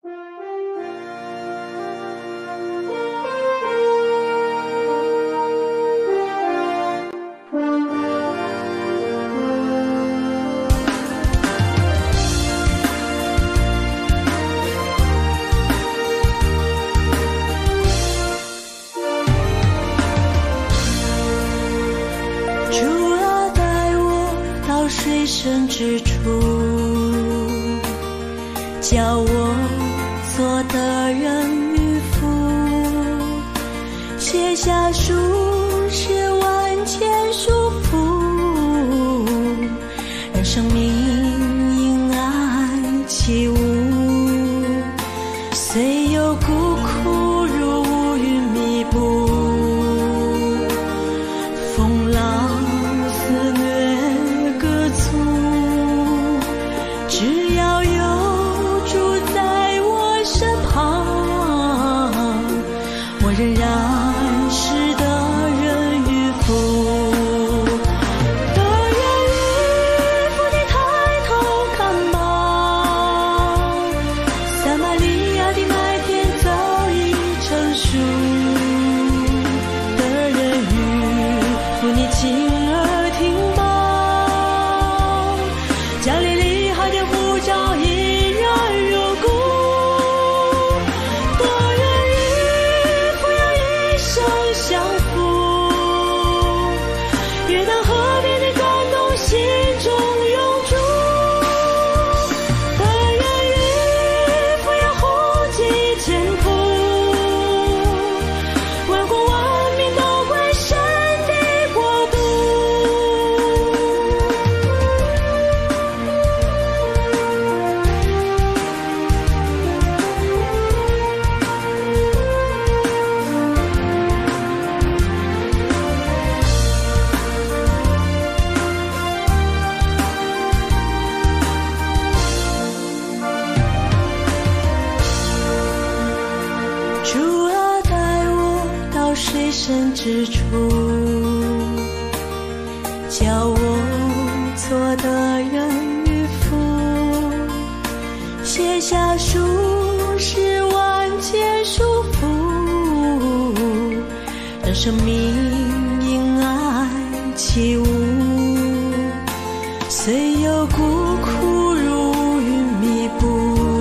水深之处，叫我做的人与父，写下数十万千束缚，让生命因爱起舞，虽有孤苦如乌云密布，风浪肆虐只要有主在我身旁，我仍然是的人与父。的人与父，你抬头看吧，撒玛利亚的麦田早已成熟。的人与父，你亲耳听吧，加利利呼召依然如故，多人与父要一生相扶，约旦河边的感动心中永驻，多人与父要护己前仆，万国万民都归神的国度。主啊，带我到水深之处，叫我做的人与父，写下数十万千束缚，让生命因爱起舞，虽有孤苦如乌云密布，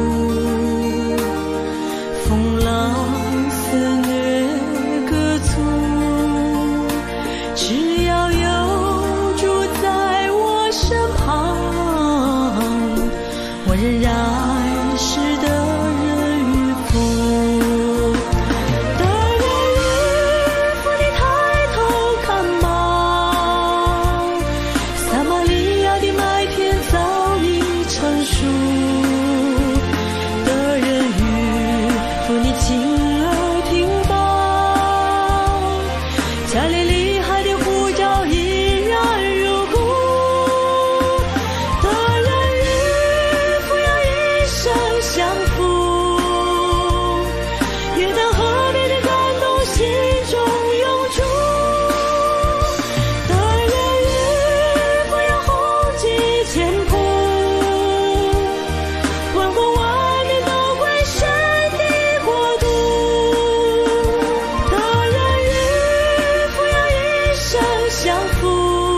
风浪肆虐各族，只要有主在我身旁，我仍然是的人与父。的人与父，你抬头看吧，撒玛利亚的麦田早已成熟。的人与父，你亲耳听吧，加利利海的呼召依然如故，的人与父要一生相扶，约旦河边的感动心中永驻，的人与父要护己前仆，万国万民都归神的国度，的人与父要一生相扶，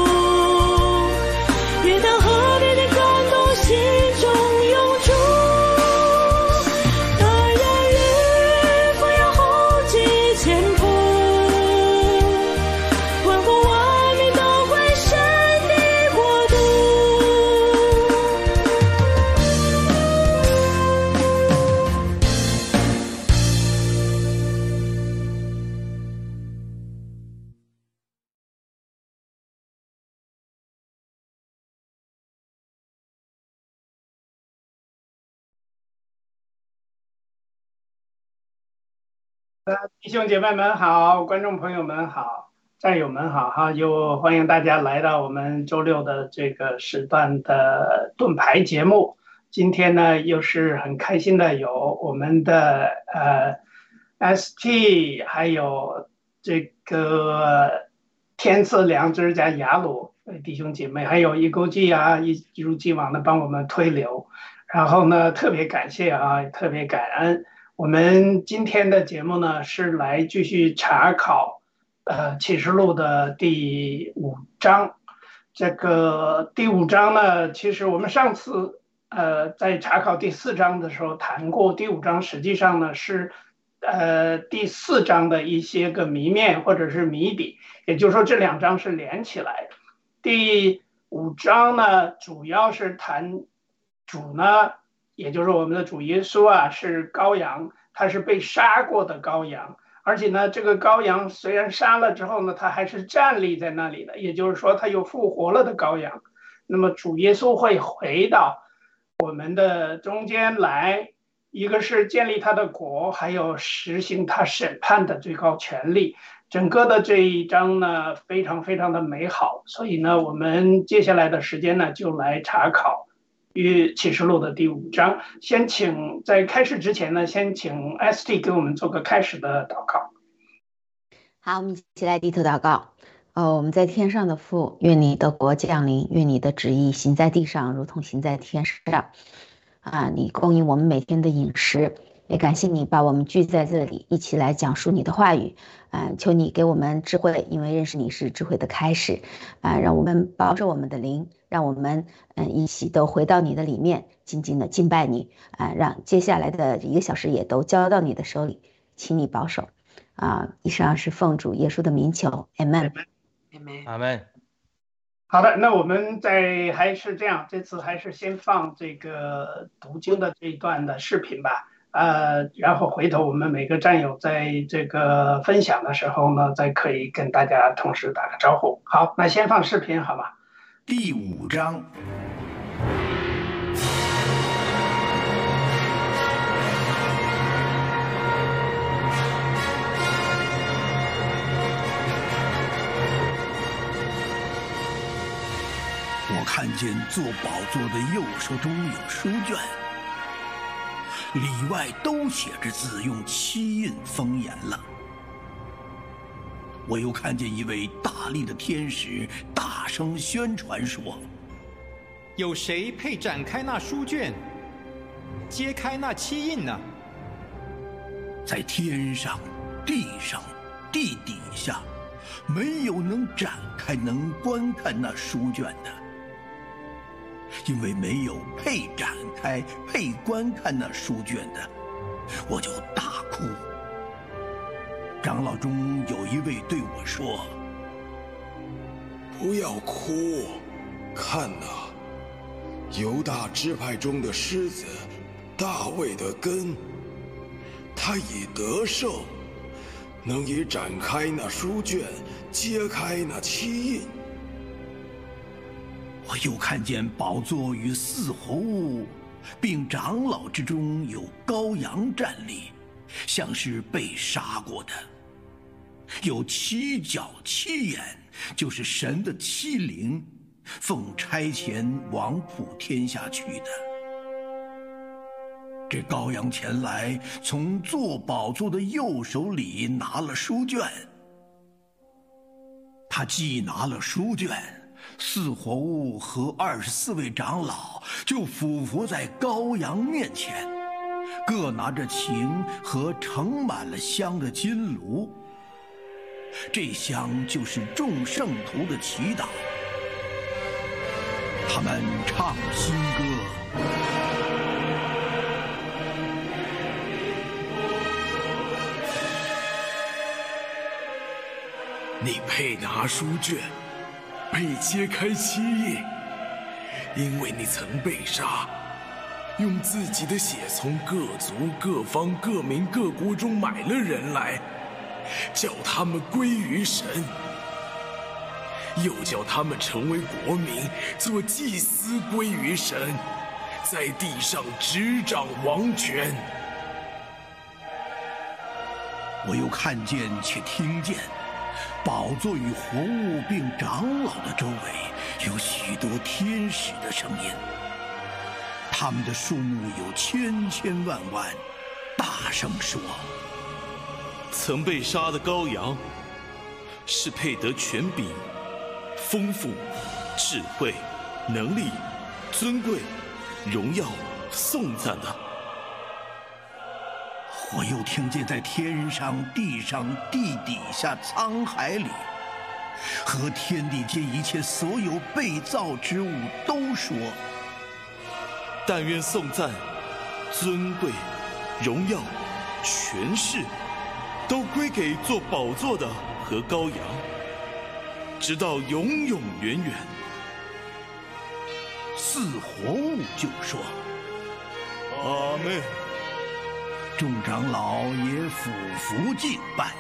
约旦河边的感动心中永驻，的人与父要护己前仆，万国万民都归神的国度。 弟兄姐妹们好，观众朋友们好，战友们好哈！又欢迎大家来到我们周六的这个时段的盾牌节目。今天呢，又是很开心的有我们的ST， 还有这个天赐良知加雅鲁弟兄姐妹，还有一勾记啊，一如既往的帮我们推流。 然后呢，特别感谢啊，特别感恩。我们今天的节目呢，是来继续查考启示录的第5章。这个第5章呢，其实我们上次在查考第4章的时候谈过，第5章实际上呢是第4章的一些个谜面或者是谜底，也就是说这2章是连起来的。第5章呢，主要是谈主呢，也就是我们的主耶稣啊，是羔羊，他是被杀过的羔羊。而且呢，这个羔羊虽然杀了之后呢，他还是站立在那里的，也就是说他有复活了的羔羊。那么主耶稣会回到我们的中间来，一个是建立他的国，还有实行他审判的最高权力。整个的这一章呢，非常非常的美好。所以呢，我们接下来的时间呢，就来查考与启示录的第5章。先请在开始之前呢，先请 ST 给我们做个开始的祷告。 好，我们一起来低头祷告。我们在天上的父，愿你的国降临，愿你的旨意行在地上，如同行在天上。你供应我们每天的饮食，也感谢你把我们聚在这里，一起来讲述你的话语。求你给我们智慧，因为认识你是智慧的开始。让我们保守我们的灵，让我们一起都回到你的里面，静静的敬拜你。让接下来的1个小时也都交到你的手里，请你保守。以上是奉主耶稣的名求 ，Amen。 Amen。 好的，那我们还是这样，这次还是先放这个读经的这一段的视频吧。然后回头我们每个战友在这个分享的时候呢，再可以跟大家同时打个招呼。好，那先放视频好吗？ 第5章。我看见坐宝座的右手中有书卷，里外都写着字，用漆印封严了。我又看见一位大力的天使大声宣传说： 有谁配展开那书卷，揭开那漆印呢？ 在天上、地上、地底下，没有能展开、能观看那书卷的。因为没有配展开、配观看那书卷的，我就大哭。长老中有一位对我说： 不要哭，看哪，犹大支派中的狮子大卫的根，他已得胜，能以展开那书卷，揭开那漆印。 我又看见宝座与4活物，并长老之中有羔羊站立，像是被杀过的，有7角7眼，就是神的7灵，奉差遣往普天下去的。这羔羊前来，从坐宝座的右手里拿了书卷，他既拿了书卷，4活物和24位长老就俯伏在羔羊面前，各拿着琴和盛满了香的金炉。这香就是众圣徒的祈祷。他们唱新歌。 你配拿书卷，配揭开漆印，因为你曾被杀，用自己的血从各族、各方、各民、各国中买了人来，叫他们归于神，又叫他们成为国民，做祭司归于神，在地上执掌王权。 我又看见且听见，宝座与活物并长老的周围有许多天使的声音，他们的数目有千千万万，大声说： 曾被杀的羔羊是配得权柄、丰富、智慧、能力、尊贵、荣耀、 颂赞呢？ 我又听见在天上、地上、地底下、沧海里，和天地间一切所有被造之物都说： 但愿颂赞、尊贵、荣耀、权势，都归给做宝座的和羔羊，直到永永远远。 四活物就说： 阿们。 众长老也俯伏敬拜。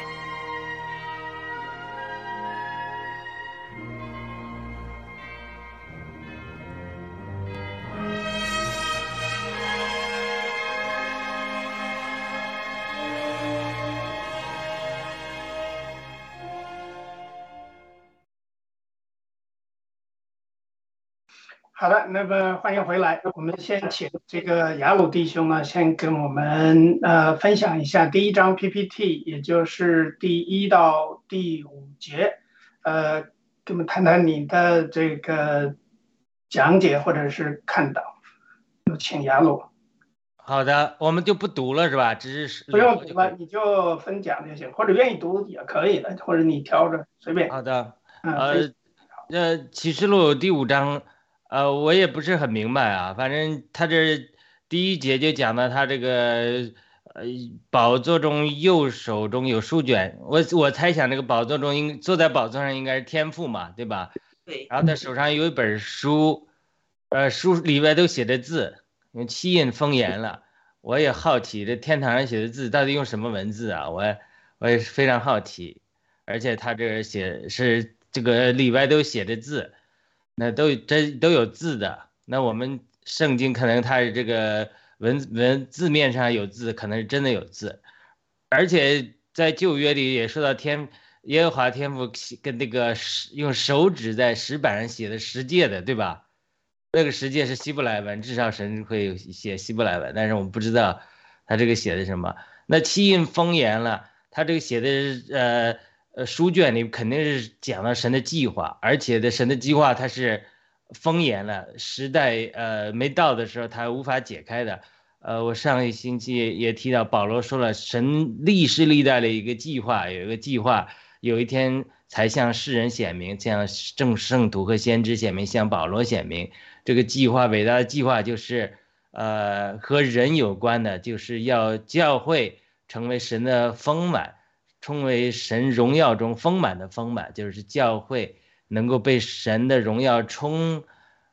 好的，那么欢迎回来。我们先请这个雅鲁弟兄呢，先跟我们分享一下第一章 PPT， 也就是第1到第5节，跟我们谈谈你的这个讲解或者是看到。有请雅鲁。 好的，我们就不读了是吧？只是不用读了，你就分享就行，或者愿意读也可以的，或者你挑着随便。 好的，启示录第5章。我也不是很明白啊，反正他这第1节就讲到他这个宝座中右手中有书卷，我猜想这个宝座中坐在宝座上应该是天父嘛，对吧？ 对。 然后他手上有一本书，书里边都写着字，用漆印封严了。我也好奇这天堂上写的字到底用什么文字啊？我也是非常好奇，而且他这写是这个里外都写着字。那都有字的，那我们圣经可能它是这个文字面上有字，可能是真的有字，而且在旧约里也说到耶和华天父跟那个用手指在石板上写的十诫的，对吧？那个十诫是希伯来文，至少神会写希伯来文，但是我们不知道他这个写的什么。那漆印封严了，他这个写的书卷里肯定是讲了神的计划，而且神的计划它是封严了，时代没到的时候它无法解开的。我上一星期也提到保罗说了，神历世历代的一个计划，有一个计划有一天才向世人显明，向圣徒和先知显明，向保罗显明。这个计划伟大的计划就是和人有关的，就是要教会成为神的丰满，成为神荣耀中丰满的丰满，就是教会能够被神的荣耀充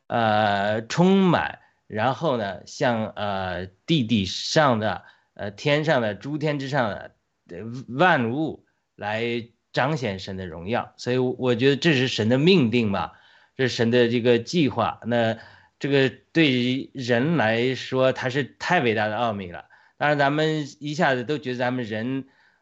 满，然后呢，像地底上的天上的诸天之上的万物来彰显神的荣耀。所以我觉得这是神的命定吧，这是神的这个计划。那这个对于人来说，它是太伟大的奥秘了。当然咱们一下子都觉得咱们人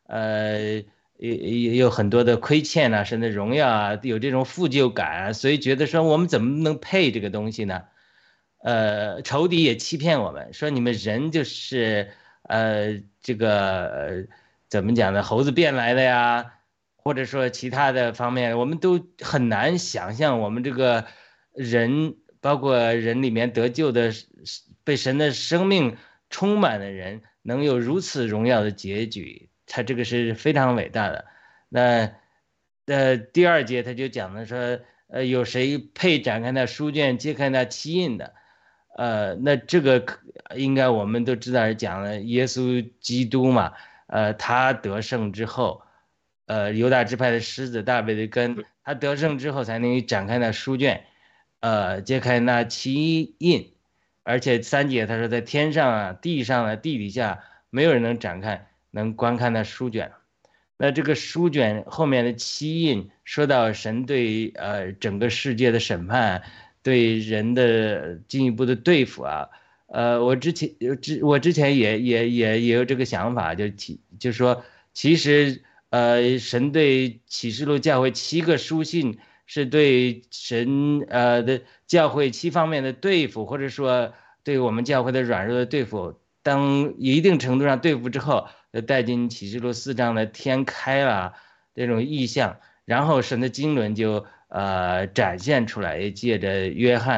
也有很多的亏欠啊，神的荣耀啊，有这种负疚感啊，所以觉得说我们怎么能配这个东西呢？仇敌也欺骗我们，说你们人就是这个怎么讲呢？猴子变来的呀，或者说其他的方面，我们都很难想象我们这个人，包括人里面得救的，被神的生命充满的人，能有如此荣耀的结局，他这个是非常伟大的。那第2节他就讲了说，有谁配展开那书卷，揭开那漆印的？那这个应该我们都知道是讲了耶稣基督嘛，他得胜之后，犹大支派的狮子大卫的根，他得胜之后才能展开那书卷，揭开那漆印。而且3节他说，在天上啊、地上啊、地底下，没有人能展开，能观看那书卷。那这个书卷后面的漆印，说到神对整个世界的审判，对人的进一步的对付啊。我之前也有这个想法，就说其实神对启示录教会7个书信，是对神的教会7方面的对付，或者说对我们教会的软弱的对付，当一定程度上对付之后，带进启示录4章的天开了这种意象，然后神的经纶就展现出来，也借着约翰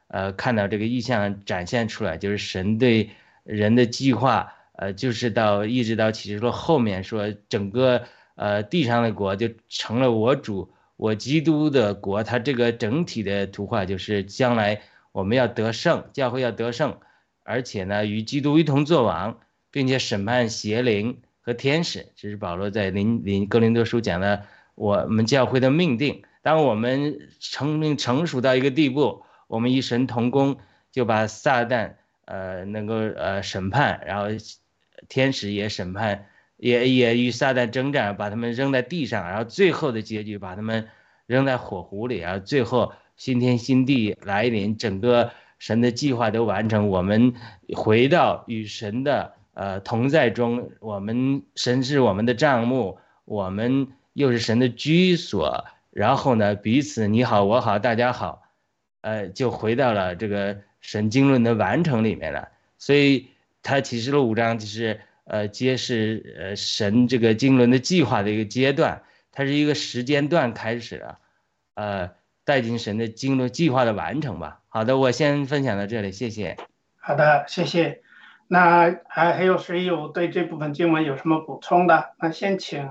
看到这个意象展现出来，就是神对人的计划，就是一直到启示录后面说，整个地上的国就成了我主我基督的国，它这个整体的图画就是将来我们要得胜，教会要得胜，而且呢与基督一同作王，并且审判邪灵和天使。这是保罗在哥林多书讲的我们教会的命定。当我们成熟到一个地步，我们与神同工，就把撒旦能够审判，然后天使也审判，也与撒旦征战，把他们扔在地上，然后最后的结局把他们扔在火湖里，然后最后新天新地来临，整个神的计划都完成，我们回到与神的同在中，神是我们的帐幕，我们又是神的居所，然后呢彼此你好我好大家好，就回到了这个神经论的完成里面了。所以他启示录5章就是揭示神这个经纶的计划的一个阶段，它是一个时间段开始的，带进神的经纶计划的完成吧。好的，我先分享到这里，谢谢。 好的，谢谢。那还有谁有对这部分经文有什么补充的？那先请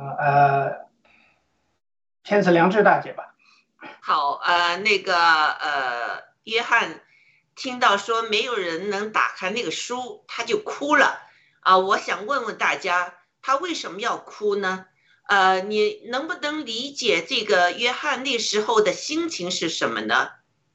天赐良知大姐吧。 好，约翰听到说没有人能打开那个书，他就哭了我想问问大家，他为什么要哭呢？你能不能理解这个约翰那时候的心情是什么呢？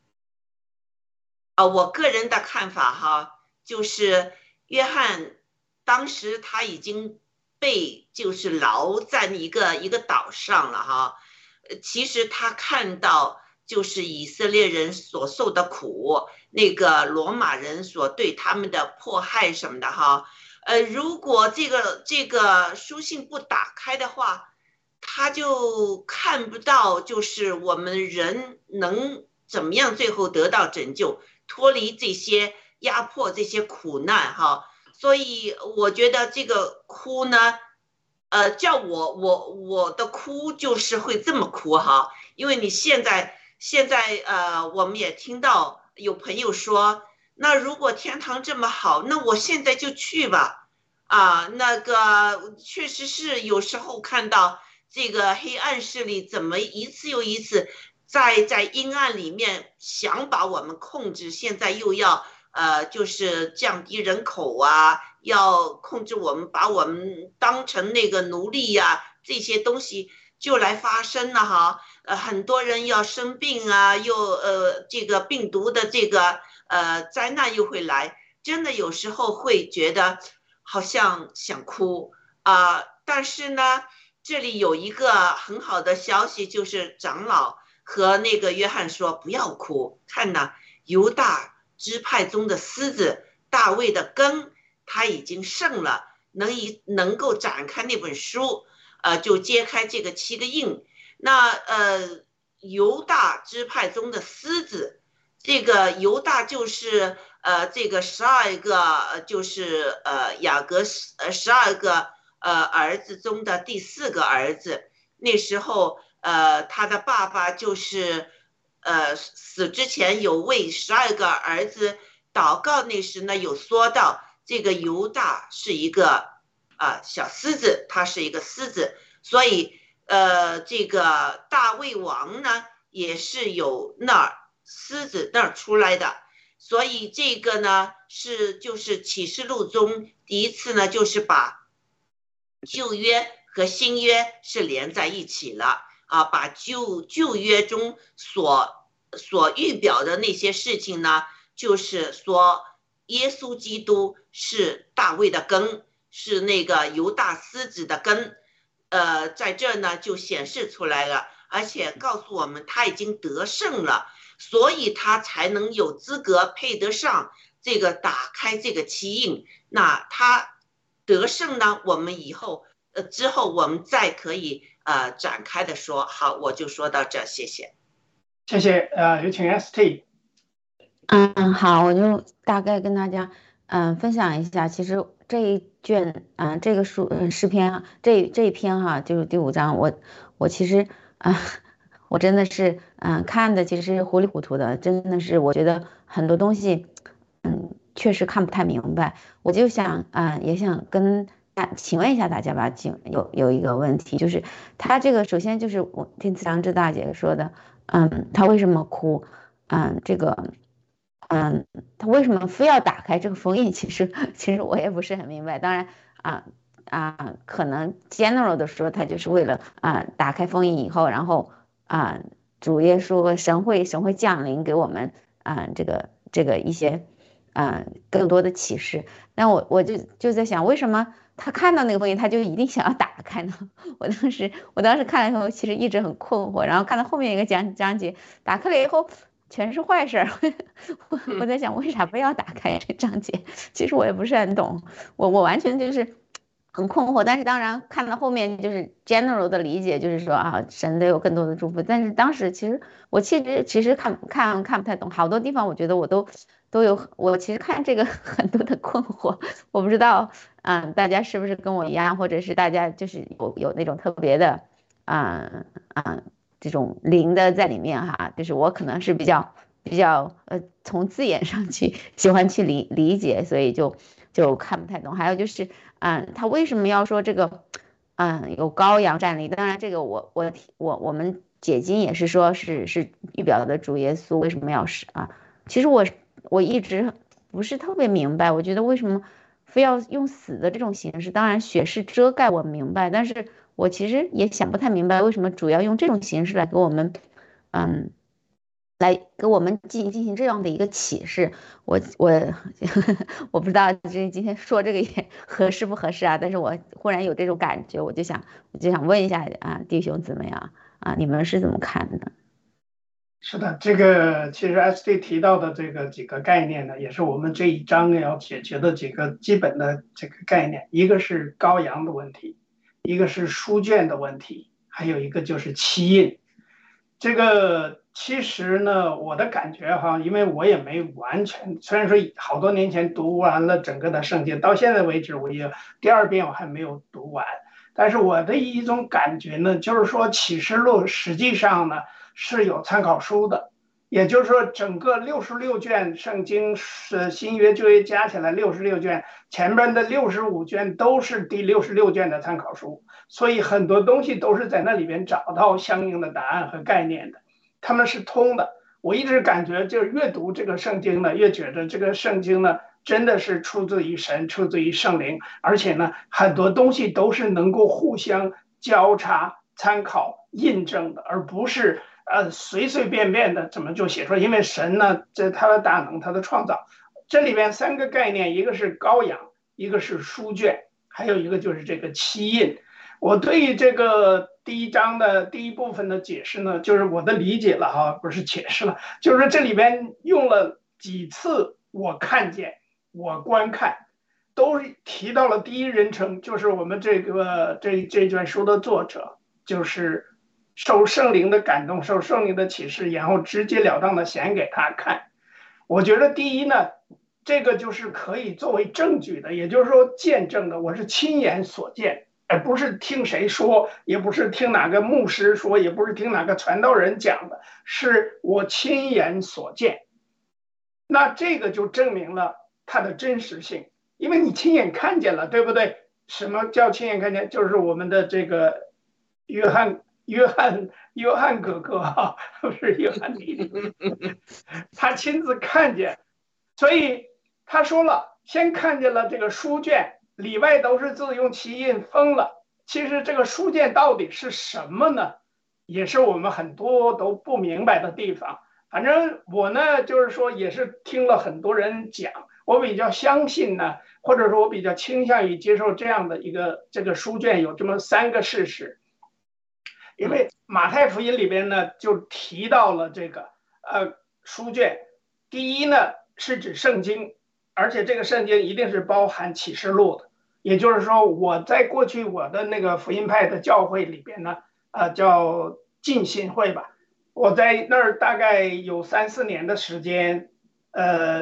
我个人的看法就是约翰当时他已经被就是牢在一个岛上了其实他看到就是以色列人所受的苦，那个罗马人所对他们的迫害什么的如果这个书信不打开的话，他就看不到就是我们人能怎么样最后得到拯救，脱离这些压迫这些苦难所以我觉得这个哭呢叫我的哭就是会这么哭因为你现在我们也听到有朋友说，那如果天堂这么好，那我现在就去吧那个确实是有时候看到这个黑暗势力怎么一次又一次在阴暗里面想把我们控制，现在又要就是降低人口要控制我们，把我们当成那个奴隶这些东西就来发生了很多人要生病又这个病毒的这个灾难又会来，真的有时候会觉得好像想哭但是呢这里有一个很好的消息，就是长老和那个约翰说不要哭，看呐，犹大支派中的狮子大卫的根他已经胜了，能够展开那本书就揭开这个7个印。那犹大支派中的狮子，这个犹大就是这个12个就是雅各12个儿子中的第4个儿子。那时候他的爸爸就是死之前有为12个儿子祷告，那时呢有说到这个犹大是一个小狮子，他是一个狮子，所以这个大卫王呢也是有狮子那儿出来的，所以这个呢就是启示录中第一次呢就是把旧约和新约是连在一起了把旧约中所预表的那些事情呢，就是说耶稣基督是大卫的根，是那个犹大狮子的根在这呢就显示出来了，而且告诉我们他已经得胜了，所以他才能有资格配得上这个打开这个7印。那他得胜呢，我们以后之后我们再可以展开的说。好，我就说到这，谢谢。 谢谢有请 ST。 好，我就大概跟大家分享一下，其实这一卷这个诗篇这一篇就是第5章，我其实我真的是看的其实是糊里糊涂的，真的是我觉得很多东西确实看不太明白。我就想也想请问一下大家吧，有一个问题，就是他这个首先就是我听慈祥之大姐说的，他为什么哭？这个他为什么非要打开这个封印？其实我也不是很明白。当然可能 general 的说，他就是为了打开封印以后，然后主耶稣神会降临给我们这个一些更多的启示。那我就在想，为什么他看到那个封印，他就一定想要打开呢？我当时看了以后，其实一直很困惑。然后看到后面一个讲解，打开了以后全是坏事儿。我在想，为啥非要打开这章节？其实我也不是很懂，我完全就是很困惑。但是当然看到后面就是 general 的理解，就是说神都有更多的祝福。但是当时我其实看不太懂，好多地方我觉得我都有，我其实看这个很多的困惑。我不知道大家是不是跟我一样，或者是大家就是有那种特别的这种灵的在里面哈。就是我可能是比较从字眼上去喜欢去理解，所以就看不太懂。还有就是他为什么要说这个有羔羊站立？当然这个我们解经也是说是预表的主耶稣为什么要死其实我一直不是特别明白，我觉得为什么非要用死的这种形式？当然血是遮盖，我明白，但是我其实也想不太明白为什么主要用这种形式来给我们来给我们进行这样的一个启示。我不知道今天说这个也合适不合适但是我忽然有这种感觉，我就想问一下弟兄姊妹你们是怎么看的？ 是的，这个其实 SD 提到的这个几个概念呢，也是我们这一章要解决的几个基本的这个概念。一个是羔羊的问题，一个是书卷的问题，还有一个就是七印。这个其实呢，我的感觉因为我也没完全，虽然说好多年前读完了整个的圣经，到现在为止我也第二遍我还没有读完，但是我的一种感觉呢，就是说启示录实际上呢是有参考书的，也就是说整个66卷圣经是新约旧约加起来66卷，前面的65卷都是第66卷的参考书，所以很多东西都是在那里边找到相应的答案和概念的，他们是通的。我一直感觉就是越读这个圣经呢，越觉得这个圣经呢真的是出自于神，出自于圣灵，而且呢很多东西都是能够互相交叉参考印证的，而不是随随便便的怎么就写出来。因为神呢这他的大能，他的创造，这里边三个概念，一个是羔羊，一个是书卷，还有一个就是这个七印。我对于这个第一章的第一部分的解释呢，就是我的理解了不是解释了，就是这里边用了几次我看见我观看，都提到了第一人称，就是我们这卷书的作者就是受圣灵的感动，受圣灵的启示，然后直截了当的显给他看。我觉得第一呢，这个就是可以作为证据的，也就是说见证的，我是亲眼所见，而不是听谁说，也不是听哪个牧师说，也不是听哪个传道人讲的，是我亲眼所见。那这个就证明了它的真实性，因为你亲眼看见了，对不对？什么叫亲眼看见？就是我们的这个约翰哥哥不是约翰弟弟，他亲自看见，所以他说了，先看见了这个书卷，里外都是字，用其印封了。其实这个书卷到底是什么呢？也是我们很多都不明白的地方。反正我呢，就是说也是听了很多人讲，我比较相信呢，或者说我比较倾向于接受这样的一个这个书卷有这么三个事实。因为马太福音里边呢就提到了这个书卷，第一呢是指圣经，而且这个圣经一定是包含启示录的。也就是说，我在过去我的那个福音派的教会里边呢，叫浸信会吧，我在那儿大概有3-4年的时间，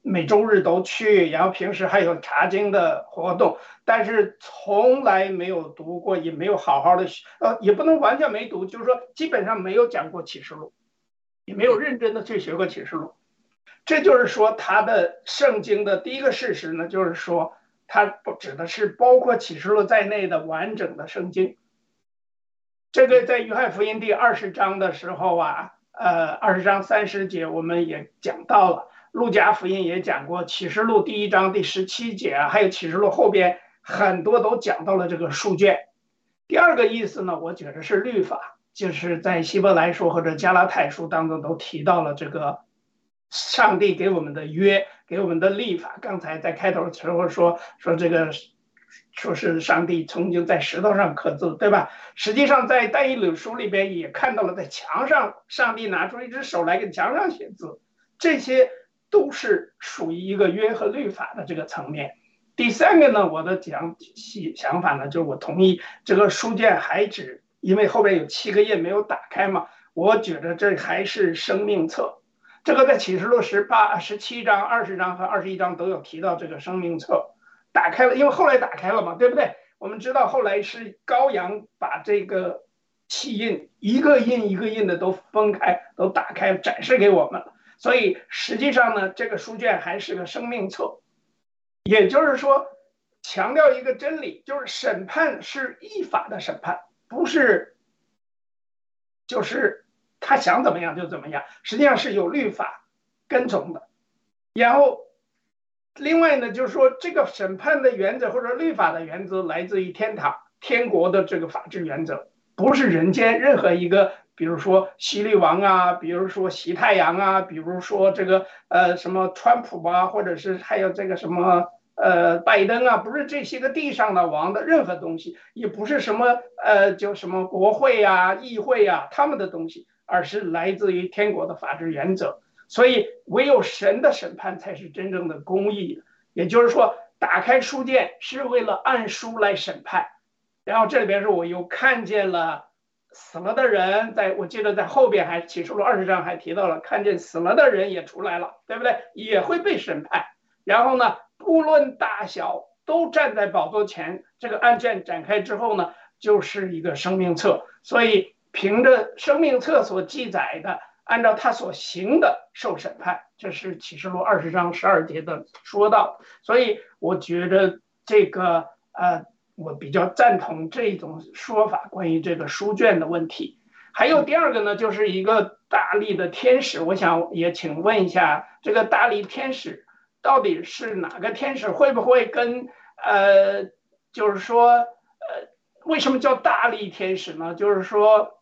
每周日都去，然后平时还有查经的活动，但是从来没有读过，也没有好好的也不能完全没读，就是说基本上没有讲过启示录，也没有认真的去学过启示录。这就是说他的圣经的第一个事实呢，就是说它不指的是包括启示录在内的完整的圣经。这个在约翰福音第20章的时候啊，20章30节我们也讲到了，路加福音也讲过，启示录第1章第17节啊，还有启示录后边很多都讲到了这个书卷。第二个意思呢，我觉得是律法，就是在希伯来书或者加拉太书当中都提到了这个上帝给我们的约，给我们的律法。刚才在开头的时候说这个，说是上帝曾经在石头上刻字，对吧？实际上在但以理书里边也看到了，在墙上上帝拿出一只手来给墙上写字，这些都是属于一个约和律法的这个层面。第三个呢，我的想法呢，就是我同意这个书卷还指，因为后边有7个页没有打开嘛，我觉得这还是生命册。这个在启示录17章、20章和21章都有提到这个生命册。打开了，因为后来打开了嘛，对不对？我们知道后来是羔羊把这个契印一个印一个印的都分开，都打开展示给我们了。所以实际上呢，这个书卷还是个生命册。也就是说，强调一个真理，就是审判是依法的审判，不是就是他想怎么样就怎么样，实际上是有律法跟从的。然后另外呢，就是说这个审判的原则或者律法的原则来自于天堂天国的这个法治原则，不是人间任何一个，比如说希律王啊，比如说西太阳啊，比如说这个什么川普啊，或者是还有这个什么拜登啊，不是这些个地上的王的任何东西，也不是什么就什么国会啊、议会啊他们的东西，而是来自于天国的法治原则。所以唯有神的审判才是真正的公义的，也就是说，打开书卷是为了按书来审判。然后这里边是我又看见了死了的人，我记得在后边还启示录20章还提到了，看见死了的人也出来了，对不对？也会被审判。然后呢，不论大小都站在宝座前。这个案卷展开之后呢，就是一个生命册。所以凭着生命册所记载的，按照他所行的受审判，这是启示录20章12节的说到。所以我觉得这个我比较赞同这种说法，关于这个书卷的问题。还有第二个呢，就是一个大力的天使。我想也请问一下，这个大力天使到底是哪个天使？会不会跟就是说为什么叫大力天使呢？就是说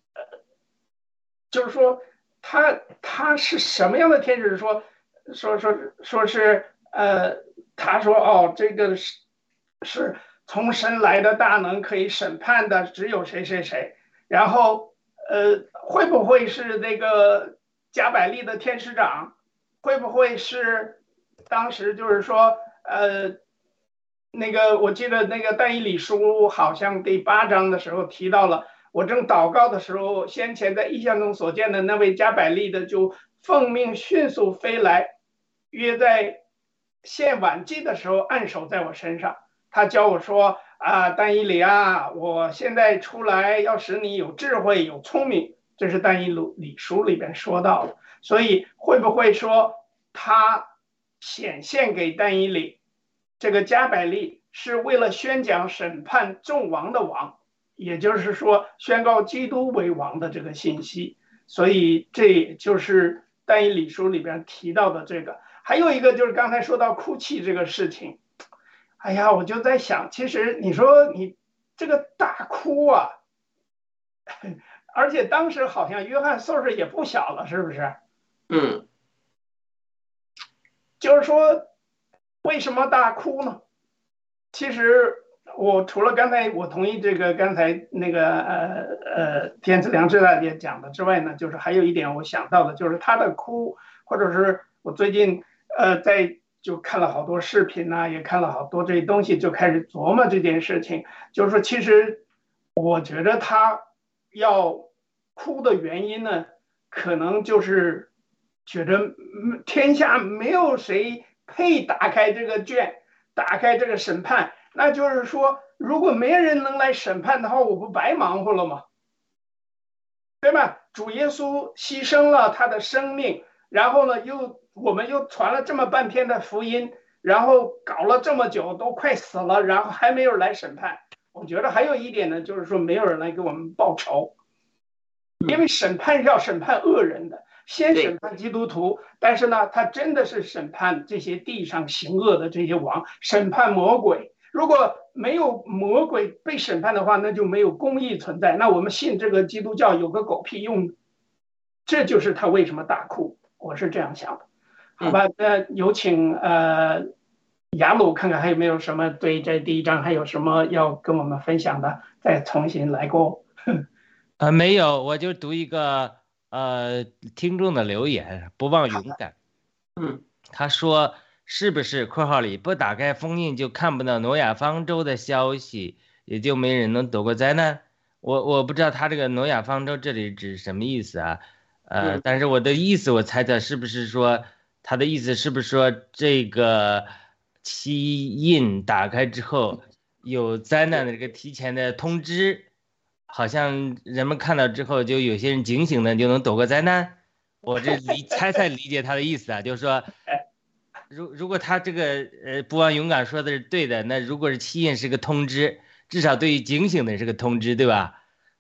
他是什么样的天使？说是他说哦，这个是从神来的大能，可以审判的只有谁谁谁。然后会不会是那个加百利的天使长？会不会是当时就是说那个我记得那个但以理书好像第8章的时候提到了，我正祷告的时候，先前在异象中所见的那位加百利的就奉命迅速飞来，约在献晚祭的时候按手在我身上。他教我说但以理啊，我现在出来要使你有智慧有聪明，这是但以理书里边说到的。所以会不会说他显现给但以理这个加百利是为了宣讲审判众王的王，也就是说宣告基督为王的这个信息。所以这也就是但以理书里边提到的这个。还有一个就是刚才说到哭泣这个事情，哎呀，我就在想，其实你说你这个大哭啊，而且当时好像约翰岁数也不小了，是不是？就是说为什么大哭呢？其实我除了刚才我同意这个刚才那个天赐良知大姐讲的之外呢，就是还有一点我想到的，就是他的哭，或者是我最近就看了好多视频啊，也看了好多这些东西，就开始琢磨这件事情。就是说其实我觉得他要哭的原因呢，可能就是觉得天下没有谁配打开这个卷，打开这个审判。那就是说，如果没人能来审判的话，我不白忙活了吗？对吧？主耶稣牺牲了他的生命，然后呢，我们又传了这么半天的福音，然后搞了这么久，都快死了，然后还没有人来审判。我觉得还有一点呢，就是说没有人来给我们报仇，因为审判是要审判恶人的，先审判基督徒，但是呢，他真的是审判这些地上行恶的这些王，审判魔鬼。如果没有魔鬼被审判的话，那就没有公义存在。那我们信这个基督教有个狗屁用，这就是他为什么大哭。我是这样想的，好吧？那有请雅鲁看看还有没有什么对这第一章还有什么要跟我们分享的，再重新来过。 没有，我就读一个听众的留言，不忘勇敢。他说。是不是括号里不打开封印就看不到挪亚方舟的消息，也就没人能躲过灾难？我不知道他这个挪亚方舟这里指什么意思啊？但是我的意思我猜测是不是说他的意思是不是说这个七印打开之后有灾难的这个提前的通知，好像人们看到之后就有些人警醒的就能躲过灾难？我这猜理解他的意思啊，就是说。如果他这个不忘勇敢说的是对的，那如果是七印是个通知，至少对于警醒的是个通知，对吧？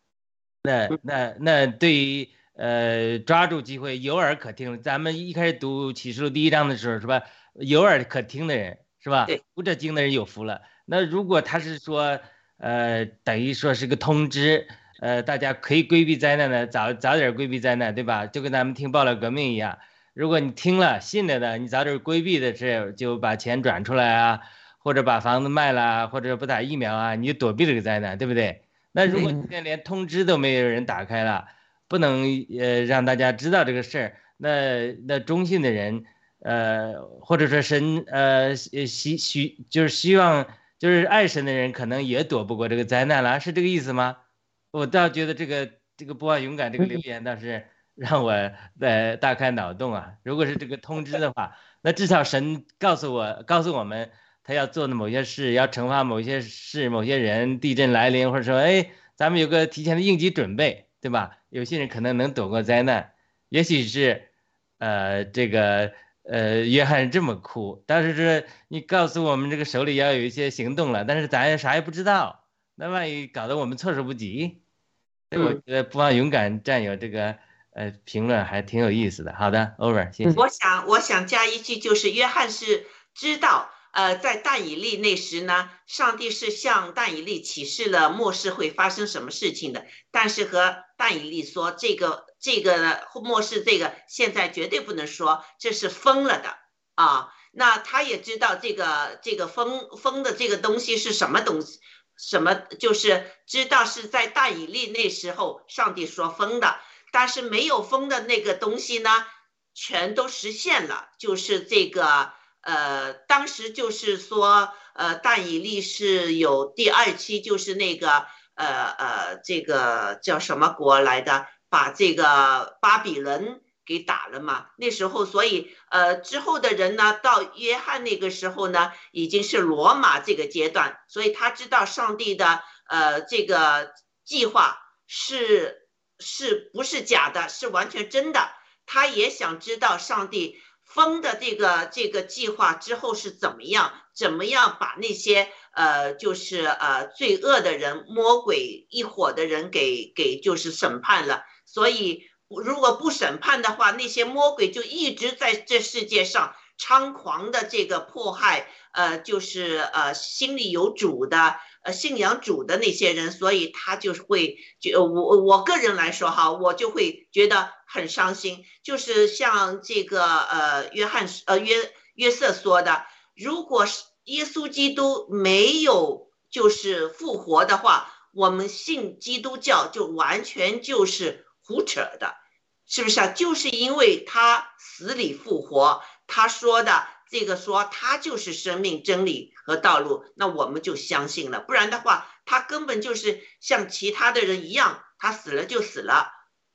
那对于抓住机会有耳可听，咱们一开始读启示录第1章的时候是吧？有耳可听的人是吧？读这经的人有福了。那如果他是说等于说是个通知，大家可以规避灾难的，早点规避灾难，对吧？就跟咱们听爆料革命一样。如果你听了信了的，你早点规避的是就把钱转出来啊，或者把房子卖了，或者不打疫苗啊，你就躲避这个灾难，对不对？那如果今天连通知都没有人打开了，不能让大家知道这个事儿，那忠信的人或者说神就是希望就是爱神的人可能也躲不过这个灾难了，是这个意思吗？我倒觉得这个不忘勇敢这个留言倒是。让我大开脑洞啊！如果是这个通知的话，那至少神告诉我们，他要做的某些事，要惩罚某些事、某些人，地震来临，或者说，咱们有个提前的应急准备，对吧？有些人可能能躲过灾难，也许是，这个约翰这么哭，但是你告诉我们这个手里要有一些行动了，但是咱啥也不知道，那万一搞得我们措手不及，所以我觉得不忘勇敢占有这个。评论还挺有意思的。好的 ，over， 谢谢。 我想加一句，就是约翰是知道，在但以利那时呢，上帝是向但以利启示了末世会发生什么事情的，但是和但以利说，这个末世这个现在绝对不能说，这是封了的啊。那他也知道这个封的这个东西是什么东西，什么就是知道是在但以利那时候上帝说封的。但是没有封的那个东西呢，全都实现了。就是这个当时就是说但以利是有第2期，就是那个这个叫什么国来的，把这个巴比伦给打了嘛。那时候所以之后的人呢，到约翰那个时候呢，已经是罗马这个阶段，所以他知道上帝的这个计划是不是假的，是完全真的。他也想知道上帝封的这个计划之后是怎么样把那些就是罪恶的人、魔鬼一伙的人给就是审判了。所以如果不审判的话，那些魔鬼就一直在这世界上猖狂的这个迫害就是心里有主的信仰主的那些人，所以他就是会我个人来说哈，我就会觉得很伤心。就是像这个约瑟说的，如果耶稣基督没有就是复活的话，我们信基督教就完全就是胡扯的，是不是啊？就是因为他死里复活，他说的这个说他就是生命真理和道路，那我们就相信了。不然的话他根本就是像其他的人一样，他死了就死了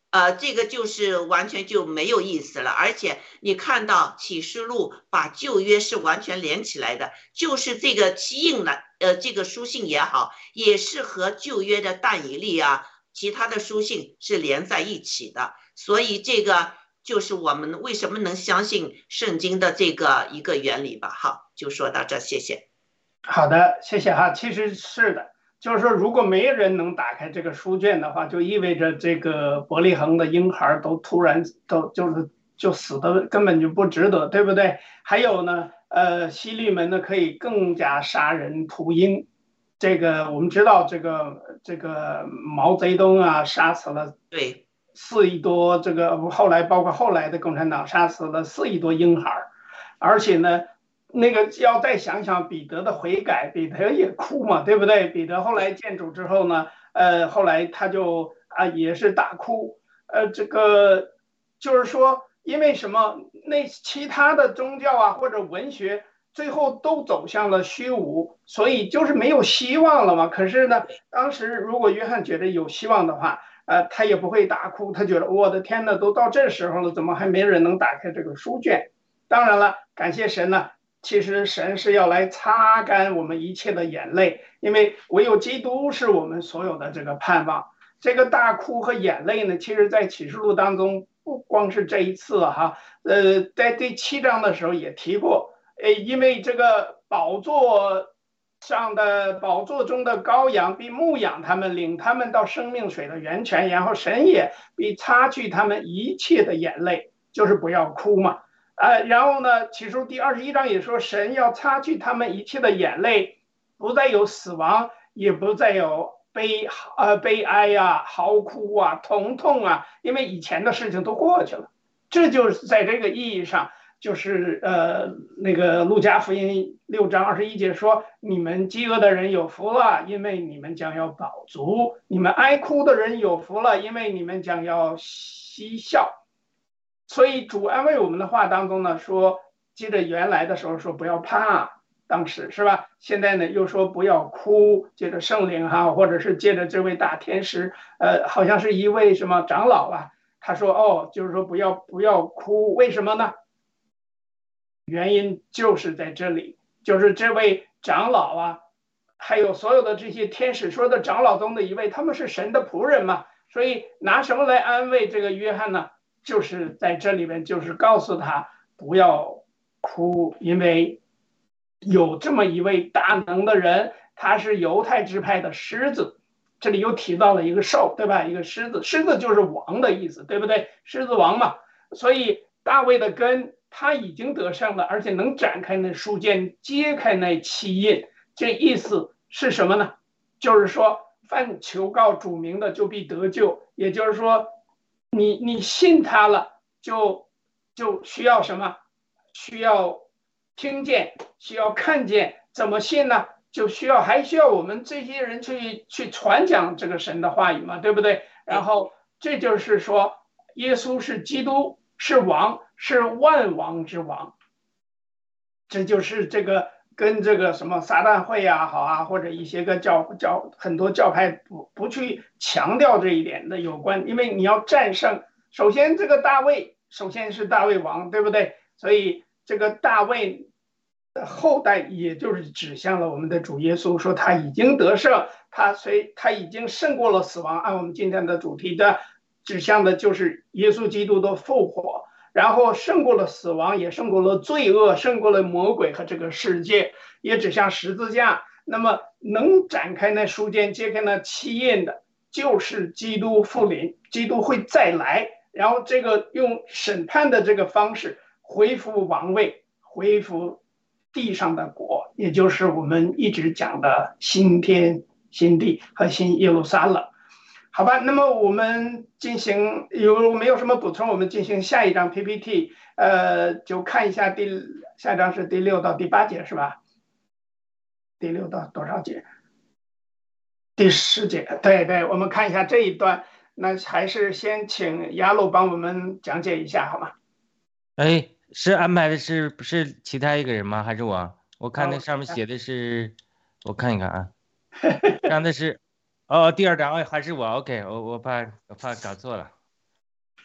这个就是完全就没有意思了。而且你看到启示录把旧约是完全连起来的，就是这个七印呢，这个书信也好，也是和旧约的但以理啊，其他的书信是连在一起的。所以这个就是我们为什么能相信圣经的这个一个原理吧。好，就说到这，谢谢。 好的，谢谢哈。其实是的，就是说，如果没人能打开这个书卷的话，就意味着这个伯利恒的婴孩都突然就死的根本就不值得，对不对？还有呢，希律们呢可以更加杀人屠婴。这个我们知道，这个毛泽东啊，杀死了对 4亿多，这个包括后来的共产党杀死了4亿多婴孩，而且呢。那个要再想想彼得的悔改，彼得也哭嘛，对不对？彼得后来见主之后呢，后来他就也是大哭，这个就是说，因为什么？那其他的宗教啊或者文学最后都走向了虚无，所以就是没有希望了嘛。可是呢，当时如果约翰觉得有希望的话，他也不会大哭，他觉得我的天呐，都到这时候了，怎么还没人能打开这个书卷？当然了，感谢神呢。其实神是要来擦干我们一切的眼泪，因为唯有基督是我们所有的这个盼望。这个大哭和眼泪呢，其实在启示录当中不光是这一次哈，在第7章的时候也提过，因为这个宝座中的羔羊必牧养他们，领他们到生命水的源泉，然后神也必擦去他们一切的眼泪，就是不要哭嘛。然后呢，启示录第21章也说，神要擦去他们一切的眼泪，不再有死亡，也不再有悲哀呀、嚎哭啊、疼痛啊，因为以前的事情都过去了。这就是在这个意义上，就是那个路加福音6章21节说，你们饥饿的人有福了，因为你们将要饱足；你们哀哭的人有福了，因为你们将要嬉笑。所以主安慰我们的话当中呢，说接着原来的时候说不要怕，当时是吧？现在呢又说不要哭，接着圣灵哈，或者是接着这位大天使，好像是一位什么长老啊，他说就是说不要哭，为什么呢？原因就是在这里，就是这位长老啊，还有所有的这些天使说的长老中的一位，他们是神的仆人嘛，所以拿什么来安慰这个约翰呢？就是在这里面，就是告诉他不要哭，因为有这么一位大能的人，他是犹太支派的狮子。这里又提到了一个兽，对吧？一个狮子，狮子就是王的意思，对不对？狮子王嘛。所以大卫的根他已经得胜了，而且能展开那书卷，揭开那7印。这意思是什么呢？就是说，凡求告主名的，就必得救。也就是说，你信他了，就需要什么？需要听见，需要看见。怎么信呢？还需要我们这些人去传讲这个神的话语嘛，对不对？然后这就是说，耶稣是基督，是王，是万王之王。这就是这个跟这个什么撒旦会啊，好啊，或者一些个很多教派不去强调这一点的有关，因为你要战胜，首先这个大卫，首先是大卫王，对不对？所以这个大卫的后代，也就是指向了我们的主耶稣，说他已经得胜，他已经胜过了死亡。按我们今天的主题的指向的就是耶稣基督的复活。然后胜过了死亡，也胜过了罪恶，胜过了魔鬼和这个世界，也指向十字架。那么能展开那书卷，揭开那7印的，就是基督复临，基督会再来，然后这个用审判的这个方式恢复王位，恢复地上的国，也就是我们一直讲的新天新地和新耶路撒冷。好吧，那么我们没有什么补充，我们进行下一章 PPT， 就看一下下一章是第6到第8节是吧？第6到多少节？第10节，对，我们看一下这一段。那还是先请雅鲁帮我们讲解一下好吗？ 是安排的是不是其他一个人吗？还是我？我看那上面写的是，我看一看啊，上的是。第2章还是我 OK， 我怕搞错了。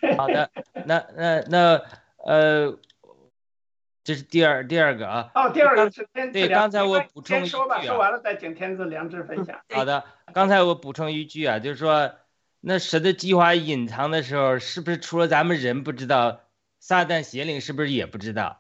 好的，那这是第二个啊。 哦，第二个是天赐对， 良刚才我补充一句先说吧，说啊。 完了再请天赐良知分享。 好的，刚才我补充一句啊，就是说，那神的计划隐藏的时候，是不是除了咱们人不知道，撒旦邪灵是不是也不知道？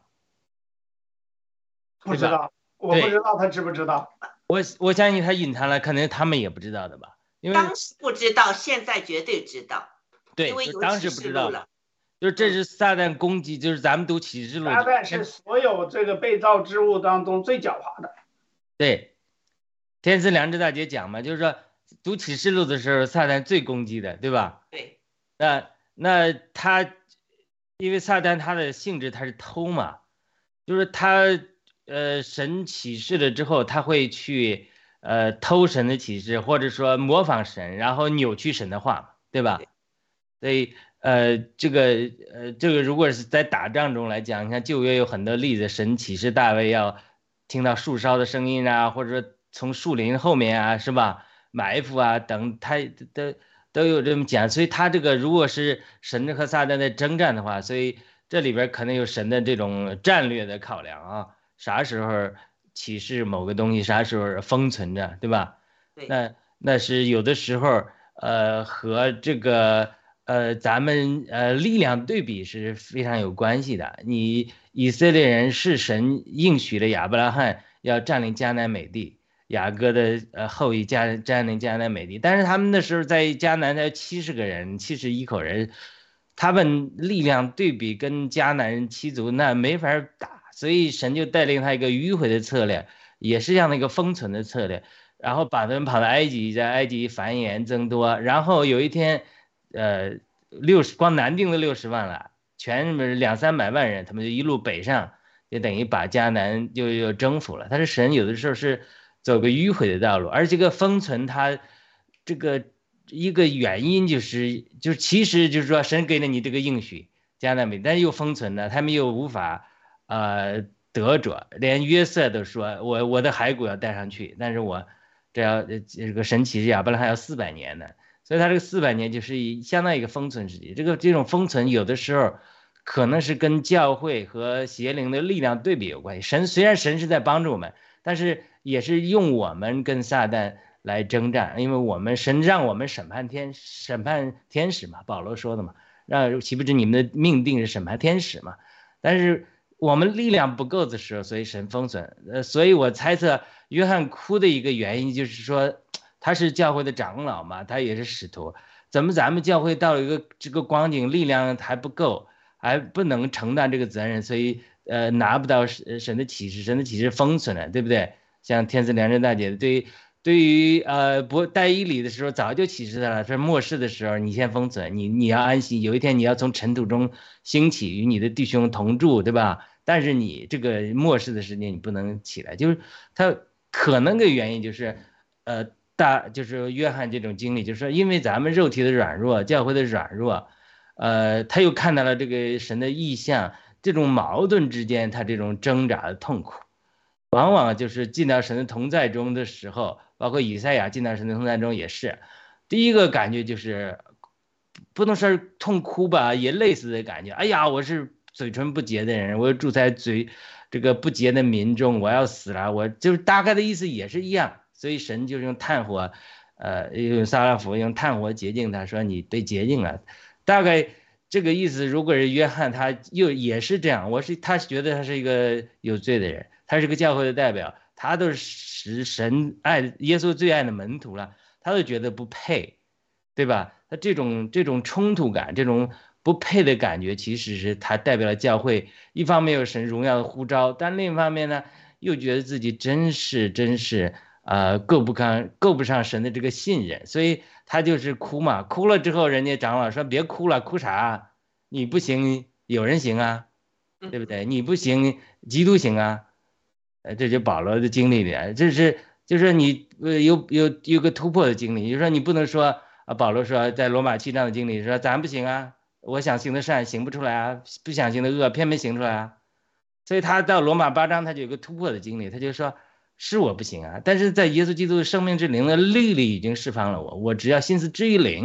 不知道，我不知道他知不知道。 我相信他隐藏了，可能他们也不知道的吧？因为当时不知道，现在绝对知道。 对， 因为有当时不知道了。 就是这是撒旦攻击，就是咱们读启示录。 撒旦是所有这个被造之物当中最狡猾的。 对，天赐良知大姐讲嘛，就是说读启示录的时候，撒旦最攻击的，对吧？ 对。 那他，因为撒旦他的性质他是偷嘛，就是他神启示了之后，他会去偷神的启示，或者说模仿神，然后扭曲神的话，对吧？所以这个如果是在打仗中来讲，你看旧约有很多例子，神启示大卫要听到树梢的声音啊，或者说从树林后面啊，是吧？埋伏啊等，他都有这么讲。所以他这个如果是神和撒旦在征战的话，所以这里边可能有神的这种战略的考量啊，啥时候启示某个东西，啥时候封存着，对吧？那是有的时候和这个咱们力量对比是非常有关系的。你以色列人是神应许了亚伯拉罕要占领迦南美地，雅各的后裔占领迦南美地，但是他们那时候在迦南才70个人，71口人，他们力量对比跟迦南人7族那没法打，所以神就带领他一个迂回的策略，也是这样的一个封存的策略，然后把他们跑到埃及，在埃及繁衍增多，然后有一天光南定的60万了，全200-300万人，他们就一路北上，就等于把迦南又征服了。但是神有的时候是走个迂回的道路，而这个封存它这个一个原因就是其实就是说神给了你这个应许迦南美，但是又封存了，他们又无法得着，连约瑟都说我的骸骨要带上去，但是我这个神启示亚伯拉罕要400年呢。所以他这个400年就是相当于一个封存时期，这种封存有的时候可能是跟教会和邪灵的力量对比有关系。虽然神是在帮助我们，但是也是用我们跟撒旦来征战，因为神让我们审判天使嘛，保罗说的嘛，岂不知你们的命定是审判天使嘛？但是我们力量不够的时候，所以神封存。所以我猜测约翰哭的一个原因就是说，他是教会的长老嘛，他也是使徒，怎么咱们教会到了一个这个光景，力量还不够，还不能承担这个责任，所以拿不到神的启示封存了，对不对？像天赐良知大姐对于带以礼的时候早就启示他了，说末世的时候你先封存，你要安息，有一天你要从尘土中兴起，与你的弟兄同住，对吧？但是你这个末世的时间你不能起来，就是他可能的原因就是就是约翰这种经历，就是说因为咱们肉体的软弱，教会的软弱，他又看到了这个神的意象，这种矛盾之间他这种挣扎的痛苦，往往就是进到神的同在中的时候，包括以赛亚进到神的同在中也是，第一个感觉就是不能说是痛哭吧，也类似的感觉，哎呀，我是嘴唇不洁的人，我住在这个不洁的民中，我要死了，我就是大概的意思也是一样。所以神就用炭火，用撒拉弗用炭火洁净他，说你被洁净了，大概这个意思。如果是约翰，他也是这样，他觉得他是一个有罪的人，他是个教会的代表，他都是神爱耶稣最爱的门徒了，他都觉得不配，对吧？他这种冲突感，这种不配的感觉，其实是他代表了教会，一方面有神荣耀的呼召，但另一方面呢，又觉得自己真是够不上神的这个信任，所以他就是哭嘛，哭了之后，人家长老说别哭了，哭啥？你不行，有人行啊，对不对？你不行，基督行啊，这就保罗的经历里，就是你有个突破的经历，就是说你不能说保罗说在罗马7章的经历说咱不行啊，我想行的善行不出来啊，不想行的恶偏没行出来啊，所以他到罗马8章他就有个突破的经历，他就说。是我不行啊，但是在耶稣基督的生命之灵的力已经释放了我只要心思至于灵，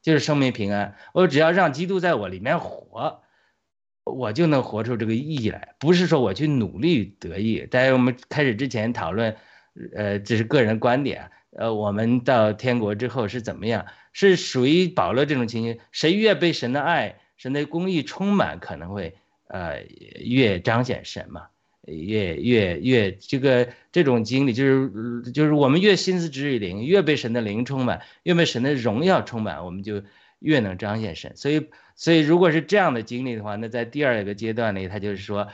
就是生命平安。我只要让基督在我里面活，我就能活出这个意义来，不是说我去努力得意。在我们开始之前讨论，这是个人观点，我们到天国之后是怎么样？是属于保罗这种情形，谁越被神的爱、神的公义充满，可能会越彰显神嘛，越这种经历，就是我们越心思直于灵，越被神的灵充满，越被神的荣耀充满，我们就越能彰显神。所以如果是这样的经历的话，那在第二个阶段里，他就是说，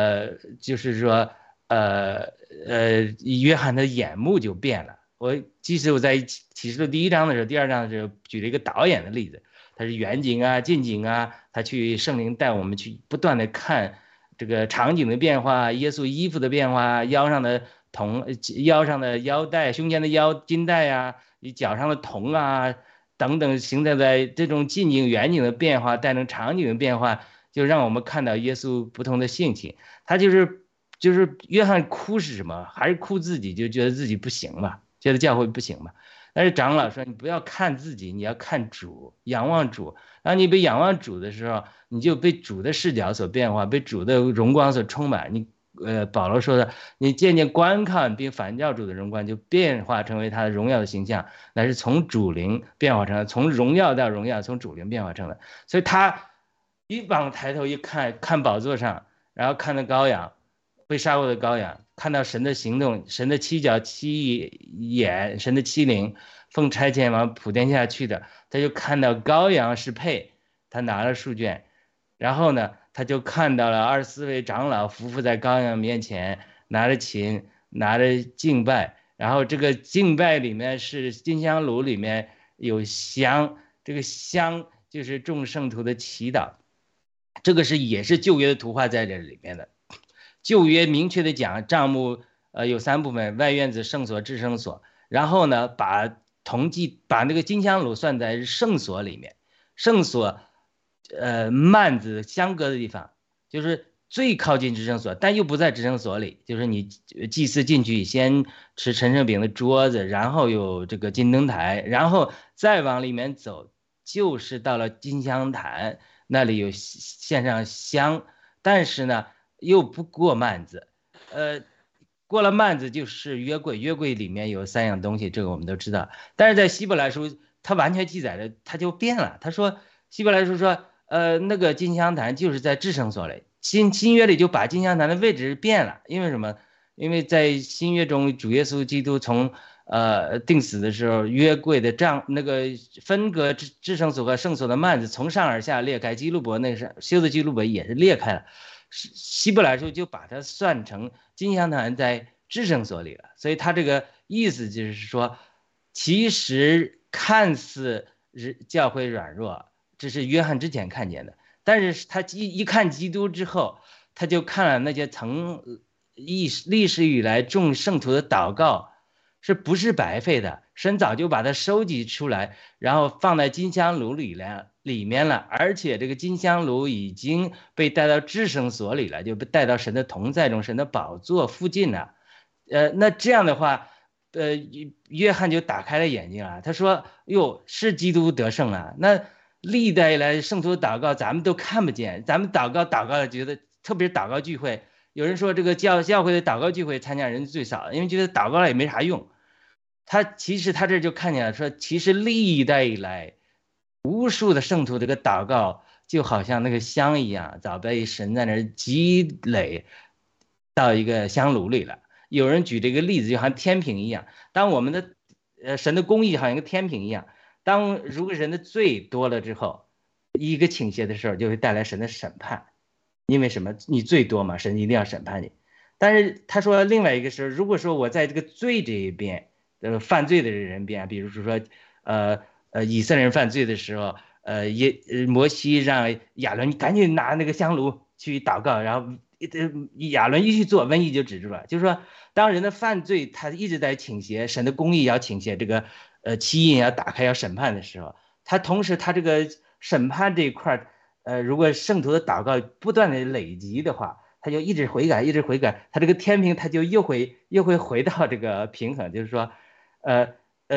约翰的眼目就变了。即使我在启示录第1章的时候、第2章的时候举了一个导演的例子，他是远景啊、近景啊，他去圣灵带我们去不断的看这个场景的变化，耶稣衣服的变化，腰上的腰带、胸前的金带啊，脚上的铜啊等等，形成在这种近景、远景的变化，带成场景的变化，就让我们看到耶稣不同的性情。他就是约翰哭是什么？还是哭自己，就觉得自己不行嘛，觉得教会不行嘛。但是长老说，你不要看自己，你要看主，仰望主。当你被仰望主的时候，你就被主的视角所变化，被主的荣光所充满。保罗说的，你渐渐观看并反照主的荣光，就变化成为他的荣耀的形象，乃是从主灵变化成的，从荣耀到荣耀，从主灵变化成的。所以他一往抬头一看，看宝座上，然后看到羔羊，被杀过的羔羊，看到神的行动，神的七角七眼，神的七灵，奉差遣往普天下去的，他就看到羔羊是配，他拿了书卷，然后呢，他就看到了24位长老匍匐在羔羊面前，拿着琴，拿着敬拜，然后这个敬拜里面是金香炉，里面有香，这个香就是众圣徒的祈祷，这个也是旧约的图画在这里面的。旧约明确的讲，帐幕有3部分，外院子、圣所、至圣所，然后呢，把那个金香炉算在圣所里面，圣所幔子相隔的地方，就是最靠近至圣所，但又不在至圣所里，就是你祭司进去先吃陈设饼的桌子，然后有这个金灯台，然后再往里面走，就是到了金香坛，那里有献上香，但是呢又不过幔子，过了幔子就是约柜，约柜里面有3样东西，这个我们都知道。但是在希伯来书，它完全记载的，它就变了。他说，希伯来书说，那个金香坛就是在至圣所里，新约里就把金香坛的位置变了。因为什么？因为在新约中，主耶稣基督从定死的时候，约柜的那个分隔至圣所和圣所的幔子从上而下裂开，基路伯那个修的基路伯也是裂开了。希伯来书就把它算成金香坛在至圣所里了，所以他这个意思就是说，其实看似教会软弱，这是约翰之前看见的，但是他一看基督之后，他就看了那些历史以来众圣徒的祷告是不是白费的，神早就把它收集出来，然后放在金香炉里面了，而且这个金香炉已经被带到至圣所里了，就被带到神的同在中，神的宝座附近了。那这样的话，约翰就打开了眼睛了，他说：“哟，是基督得胜了。那历代以来圣徒祷告咱们都看不见，咱们祷告了，觉得特别是祷告聚会，有人说这个教会的祷告聚会参加人最少，因为觉得祷告了也没啥用。其实他这就看见了，说其实历代以来无数的圣徒这个祷告就好像那个香一样，早被神在那儿积累到一个香炉里了。有人举这个例子，就好像天平一样，当我们的神的公义好像一个天平一样，如果人的罪多了之后，一个倾斜的时候就会带来神的审判。因为什么？你罪多嘛，神一定要审判你。但是他说另外一个是，如果说我在这个罪这一边，犯罪的人边，比如说以色列人犯罪的时候，摩西让亚伦赶紧拿那个香炉去祷告，然后亚伦一去做，瘟疫就止住了。就是说，当人的犯罪他一直在倾斜，神的公义要倾斜，这个七印要打开要审判的时候，他同时他这个审判这一块，如果圣徒的祷告不断的累积的话，他就一直悔改，他这个天平他就又会回到这个平衡，就是说，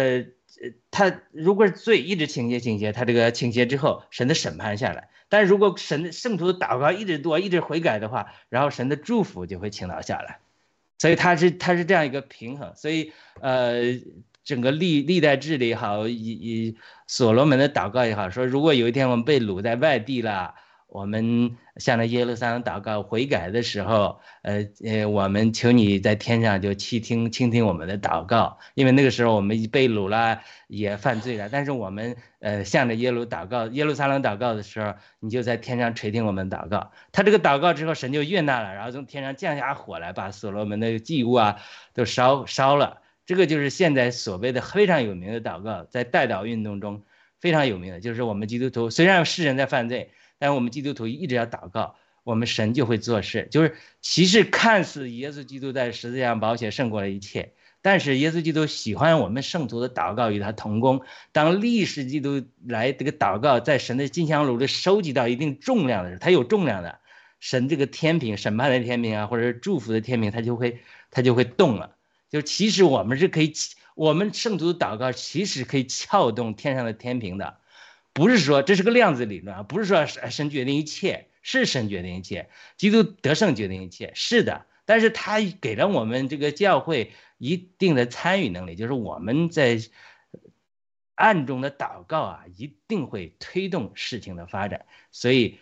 他如果是罪一直倾斜，他这个倾斜之后，神的审判下来。但是如果神的圣徒的祷告一直多，一直悔改的话，然后神的祝福就会倾倒下来。所以他是这样一个平衡。所以整个历代志也好，以所罗门的祷告也好，说如果有一天我们被掳在外地了，我们向着耶路撒冷祷告悔改的时候，我们求你在天上就倾听我们的祷告，因为那个时候我们被掳了，也犯罪了，但是我们向着耶路撒冷祷告的时候，你就在天上垂听我们祷告。他这个祷告之后，神就悦纳了，然后从天上降下火来，把所罗门的祭物啊都烧了。这个就是现在所谓的非常有名的祷告，在代祷运动中非常有名的，就是我们基督徒虽然世人在犯罪，但是我们基督徒一直要祷告，我们神就会做事。就是其实看似耶稣基督在十字架上宝血胜过了一切，但是耶稣基督喜欢我们圣徒的祷告与他同工。当历史基督来这个祷告在神的金香炉里收集到一定重量的时候，它有重量的，神这个天平审判的天平啊，或者是祝福的天平，它就会动了。就其实我们圣徒的祷告其实可以撬动天上的天平的。不是说这是个量子理论啊，不是说神决定一切，是神决定一切，基督得胜决定一切，是的，但是他给了我们这个教会一定的参与能力，就是我们在暗中的祷告啊，一定会推动事情的发展。所以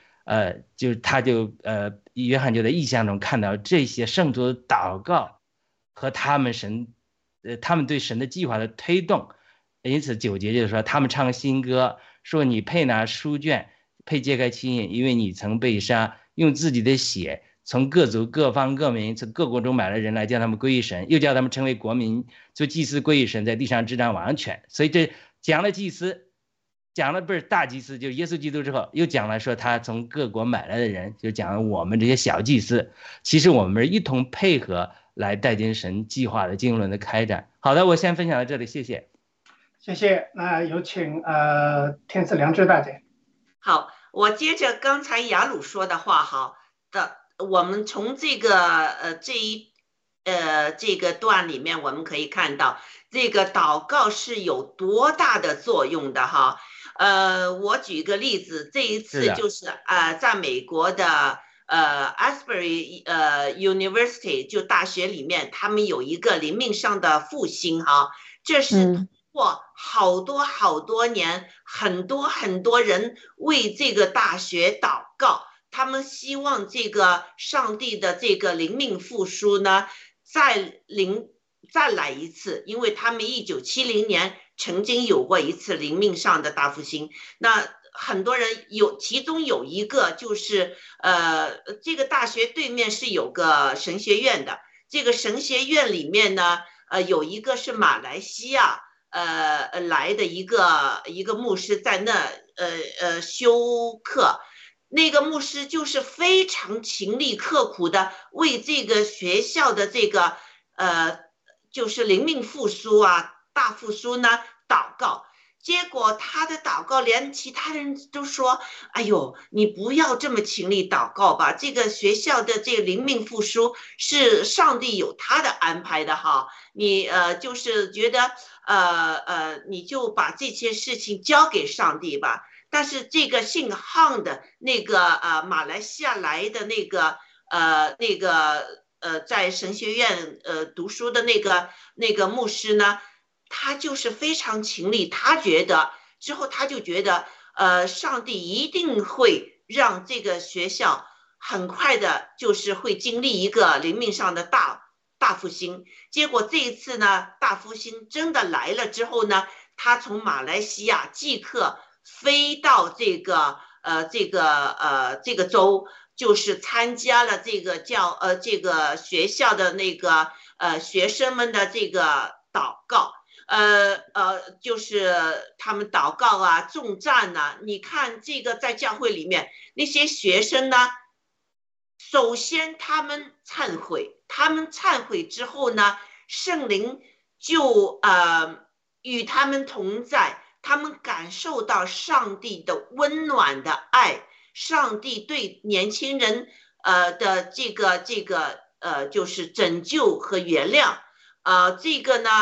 约翰就在异象中看到这些圣徒的祷告和他们对神的计划的推动。因此9节就是说，他们唱新歌，说你配拿书卷，配揭开七印，因为你曾被杀，用自己的血从各族各方各民从各国中买了人来，叫他们归于神，又叫他们成为国民，做祭司归于神，在地上执掌王权。所以这讲了祭司，讲了不是大祭司，就是耶稣基督之后，又讲了说他从各国买来的人，就讲了我们这些小祭司。其实我们一同配合来带进神计划的经纶的开展。好的，我先分享到这里，谢谢。 谢谢。那有请天赐良知大姐。 好，我接着刚才雅鲁说的话我们从这个这个段里面我们可以看到这个祷告是有多大的作用的哈。我举个例子，这一次就是在美国的Asbury University 就大学里面，他们有一个灵命上的复兴哈，这是好多年，很多人为这个大学祷告，他们希望这个上帝的这个灵命复苏呢再来一次，因为他们1970年曾经有过一次灵命上的大复兴。那很多人其中有一个就是这个大学对面是有个神学院的，这个神学院里面呢有一个是马来西亚来的一个牧师在那修课，那个牧师就是非常勤力刻苦的为这个学校的这个就是灵命复苏啊大复苏呢祷告。结果他的祷告连其他人都说，哎呦，你不要这么勤力祷告吧，这个学校的这个灵命复苏是上帝有他的安排的哈，你就是觉得你就把这些事情交给上帝吧。但是这个姓汉的那个马来西亚来的那个在神学院读书的那个牧师呢，他就是非常勤力，他觉得之后他就觉得上帝一定会让这个学校很快的就是会经历一个灵命上的大复兴。结果这一次呢大复兴真的来了之后呢，他从马来西亚即刻飞到这个州，就是参加了这个学校的那个学生们的这个祷告。就是他们祷告啊重赞啊，你看这个在教会里面那些学生呢，首先他们忏悔之后呢，圣灵就与他们同在，他们感受到上帝的温暖的爱，上帝对年轻人的这个就是拯救和原谅。这个呢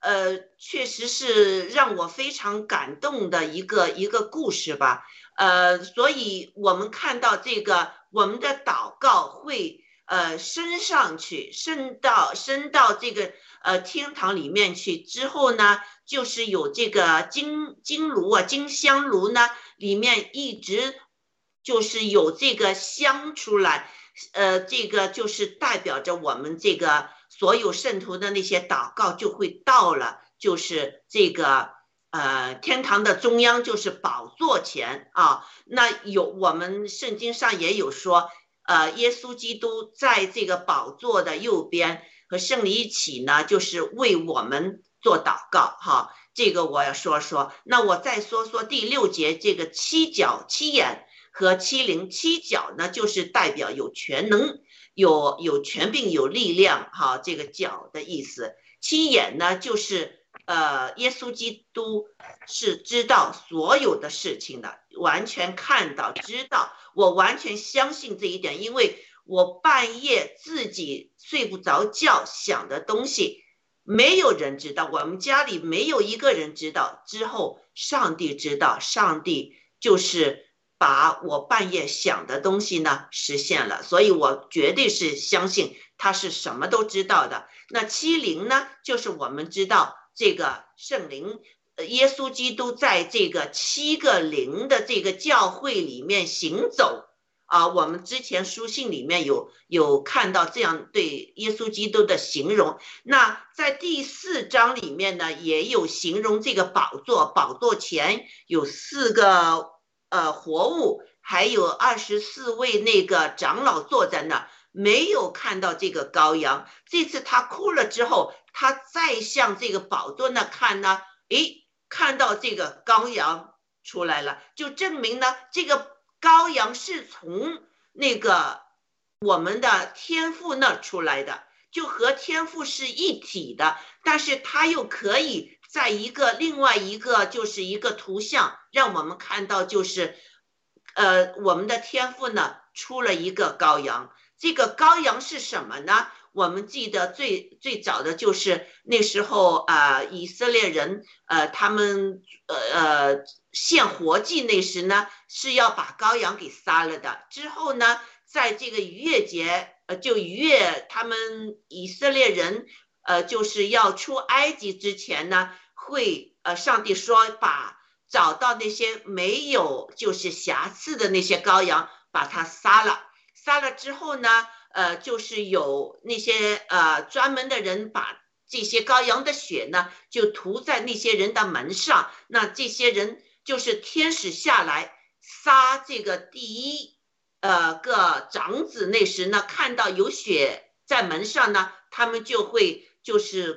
确实是让我非常感动的一个故事吧。所以我们看到这个，我们的祷告会升上去，升到这个天堂里面去之后呢，就是有这个金炉啊，金香炉呢，里面一直就是有这个香出来，这个就是代表着我们这个所有圣徒的那些祷告就会到了，就是这个天堂的中央就是宝座前啊。那我们圣经上也有说，耶稣基督在这个宝座的右边，和圣灵一起呢，就是为我们做祷告哈。这个我要说说。那我再说说第6节这个7角7眼和7灵。7角呢，就是代表有全能、有权柄、有力量哈，这个角的意思。7眼呢，就是耶稣基督是知道所有的事情的，完全看到知道。我完全相信这一点，因为我半夜自己睡不着觉想的东西没有人知道，我们家里没有一个人知道，之后上帝知道，上帝就是把我半夜想的东西呢实现了，所以我绝对是相信他是什么都知道的。那7灵呢，就是我们知道这个圣灵，耶稣基督在这个7个灵的这个教会里面行走啊。我们之前书信里面有看到这样对耶稣基督的形容。那在第4章里面呢，也有形容这个宝座，宝座前有4个活物，还有24位那个长老坐在那，没有看到这个羔羊。这次他哭了之后，他再向这个宝座那看呢，看到这个羔羊出来了，就证明呢，这个羔羊是从那个我们的天父那出来的，就和天父是一体的，但是他又可以在另外一个就是一个图像，让我们看到就是我们的天父呢出了一个羔羊。这个羔羊是什么呢？我们记得最早的就是那时候以色列人他们献活祭那时呢是要把羔羊给杀了的。之后呢，在这个逾越节他们以色列人就是要出埃及之前呢，会上帝说找到那些没有就是瑕疵的那些羔羊，把它杀了之后呢，就是有那些专门的人把这些羔羊的血呢就涂在那些人的门上。那这些人就是天使下来杀这个第一个长子，那时呢看到有血在门上呢，他们就会就是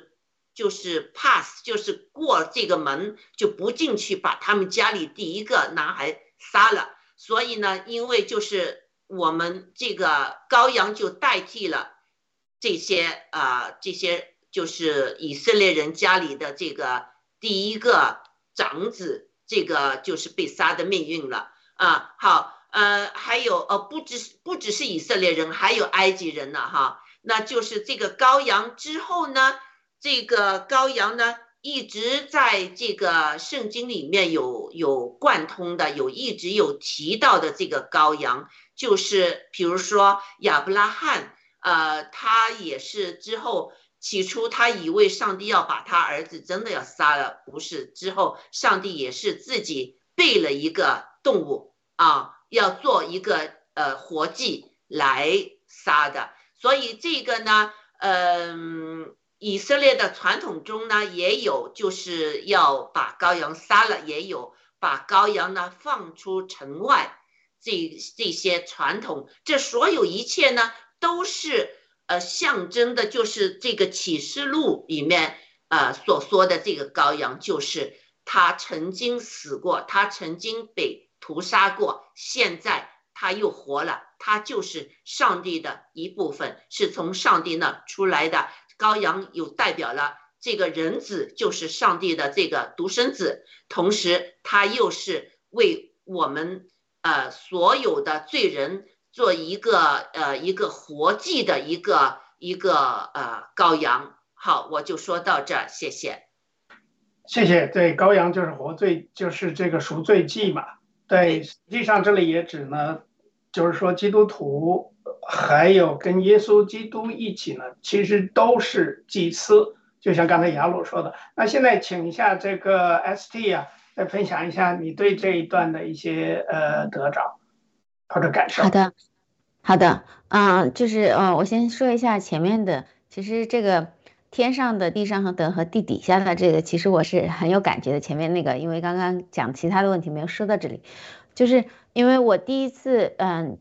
pass， 就是过这个门就不进去，把他们家里第一个男孩杀了。所以呢，因为就是我们这个羔羊就代替了这些就是以色列人家里的这个第一个长子，这个就是被杀的命运了好，还有不只是以色列人，还有埃及人呢哈。那就是这个羔羊之后呢，这个羔羊呢一直在这个圣经里面有贯通的，一直有提到的这个羔羊，就是比如说亚伯拉罕他也是之后，起初他以为上帝要把他儿子真的要杀了，不是，之后上帝也是自己备了一个动物要做一个活祭来杀的。所以这个呢以色列的传统中呢也有就是要把羔羊杀了，也有把羔羊呢放出城外，这些传统，这所有一切呢都是象征的，就是这个启示录里面所说的这个羔羊，就是他曾经死过，他曾经被屠杀过，现在他又活了，他就是上帝的一部分，是从上帝那出来的。羔羊有代表了这个人子，就是上帝的这个独生子，同时他又是为我们所有的罪人做一个活祭的一个羔羊。好，我就说到这儿，谢谢。 谢谢。对，羔羊就是活罪，就是这个赎罪祭嘛。对，实际上这里也指呢，就是说基督徒还有跟耶稣基督一起呢，其实都是祭司，就像刚才雅鲁说的。那现在请一下这个 ST 啊，再分享一下你对这一段的一些得着或者感受。 好的，好的，就是我先说一下前面的，其实这个天上的、地上的和地底下的这个，其实我是很有感觉的。前面那个，因为刚刚讲其他的问题没有说到这里，就是因为我第一次，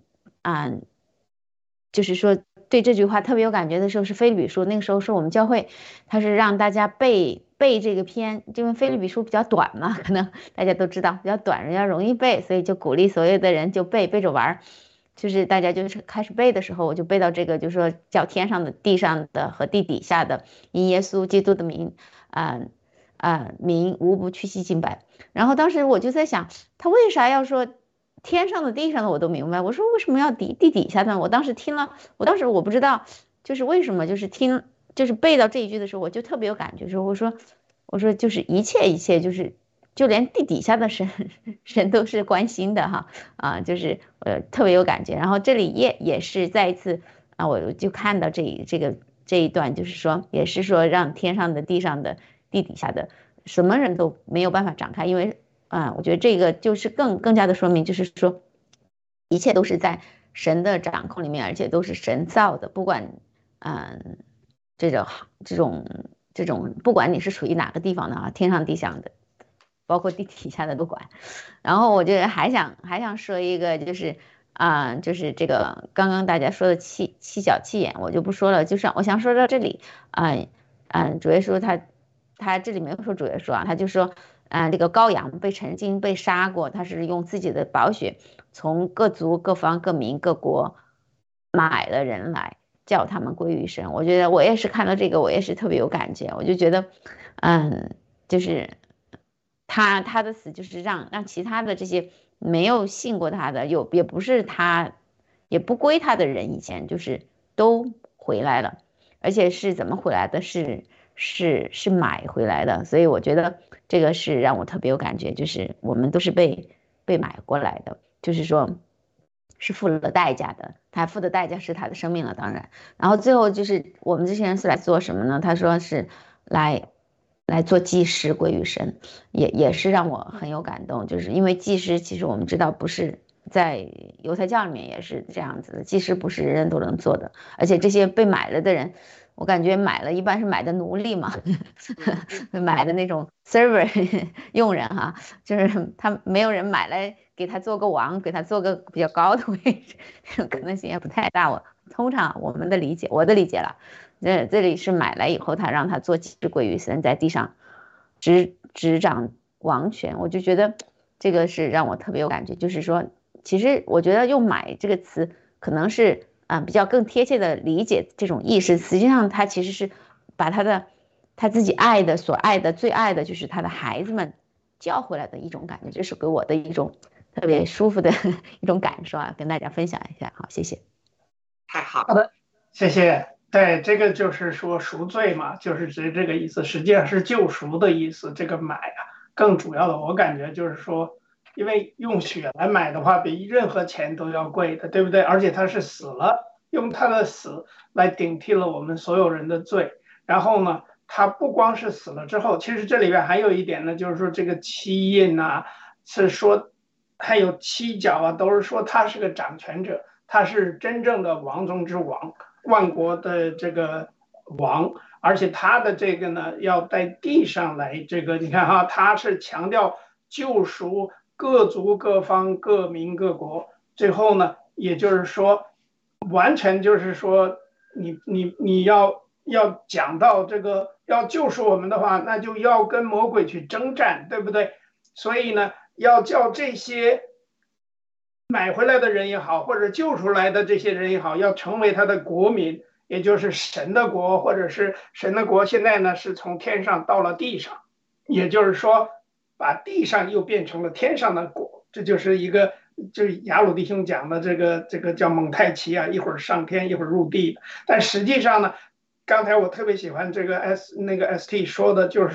就是说对这句话特别有感觉的时候是腓立比书，那个时候是我们教会，他是让大家背这个篇，因为腓立比书比较短嘛，可能大家都知道比较短，人家容易背，所以就鼓励所有的人就背着玩儿。就是大家就是开始背的时候，我就背到这个，就说叫天上的、地上的和地底下的，因耶稣基督的名，名无不屈膝敬拜。然后当时我就在想，他为啥要说天上的、地上的我都明白？我说为什么要地底下的？我当时听了，我不知道，就是为什么，就是背到这一句的时候，我就特别有感觉，说我说就是一切就是就连地底下的神都是关心的哈就是特别有感觉。然后这里也是再一次我就看到这一段，就是说也是说让天上的、地上的、地底下的什么人都没有办法展开，因为我觉得这个就是更加的说明，就是说一切都是在神的掌控里面，而且都是神造的，不管这种不管你是属于哪个地方的天上地上的，包括地底下的都管。然后我就还想说一个，就是就是这个刚刚大家说的七小气眼，我就不说了，就是我想说到这里主耶稣他这里没有说主耶稣他就说这个羔羊曾经被杀过，他是用自己的宝血从各族各方各民各国买了人来，叫他们归于神。我觉得我也是看到这个，我也是特别有感觉，我就觉得就是他的死就是让其他的这些没有信过他的，也不是他也不归他的人，以前就是都回来了，而且是怎么回来的？是买回来的。所以我觉得这个是让我特别有感觉，就是我们都是被买过来的，就是说是付了代价的，他付的代价是他的生命了，当然。然后最后就是我们这些人是来做什么呢？他说是来做祭司归于神，也是让我很有感动，就是因为祭司其实我们知道不是在犹太教里面也是这样子的，祭司不是人人都能做的，而且这些被买了的人，我感觉买了一般是买的奴隶嘛买的那种 server 用人就是他没有人买来给他做个王，给他做个比较高的位置，这种可能性也不太大。通常我的理解了，这里是买来以后，他让他做祭司归于神，在地上执掌王权。我就觉得这个是让我特别有感觉，就是说其实我觉得用买这个词可能是比较更贴切的理解这种意识，实际上他其实是把他自己爱的所爱的最爱的就是他的孩子们叫回来的一种感觉，这是给我的一种特别舒服的一种感受跟大家分享一下。好，谢谢。 太好的，谢谢。对，这个就是说赎罪嘛，就是指这个意思，实际上是救赎的意思。这个买更主要的我感觉就是说，因为用血来买的话，比任何钱都要贵的，对不对？而且他是死了，用他的死来顶替了我们所有人的罪。然后呢，他不光是死了之后，其实这里边还有一点呢，就是说这个七印是说还有七角都是说他是个掌权者，他是真正的王中之王，万国的这个王，而且他的这个呢要在地上来这个，你看他是强调救赎各族各方各民各国，最后呢也就是说完全就是说你要讲到这个要救赎我们的话，那就要跟魔鬼去征战，对不对？所以呢要叫这些买回来的人也好，或者救出来的这些人也好，要成为他的国民，也就是神的国，或者是神的国现在呢是从天上到了地上，也就是说把地上又变成了天上的国。这就是一个就是雅鲁弟兄讲的这个叫蒙太奇一会儿上天一会儿入地。但实际上呢，刚才我特别喜欢这个那个 ST 说的，就是说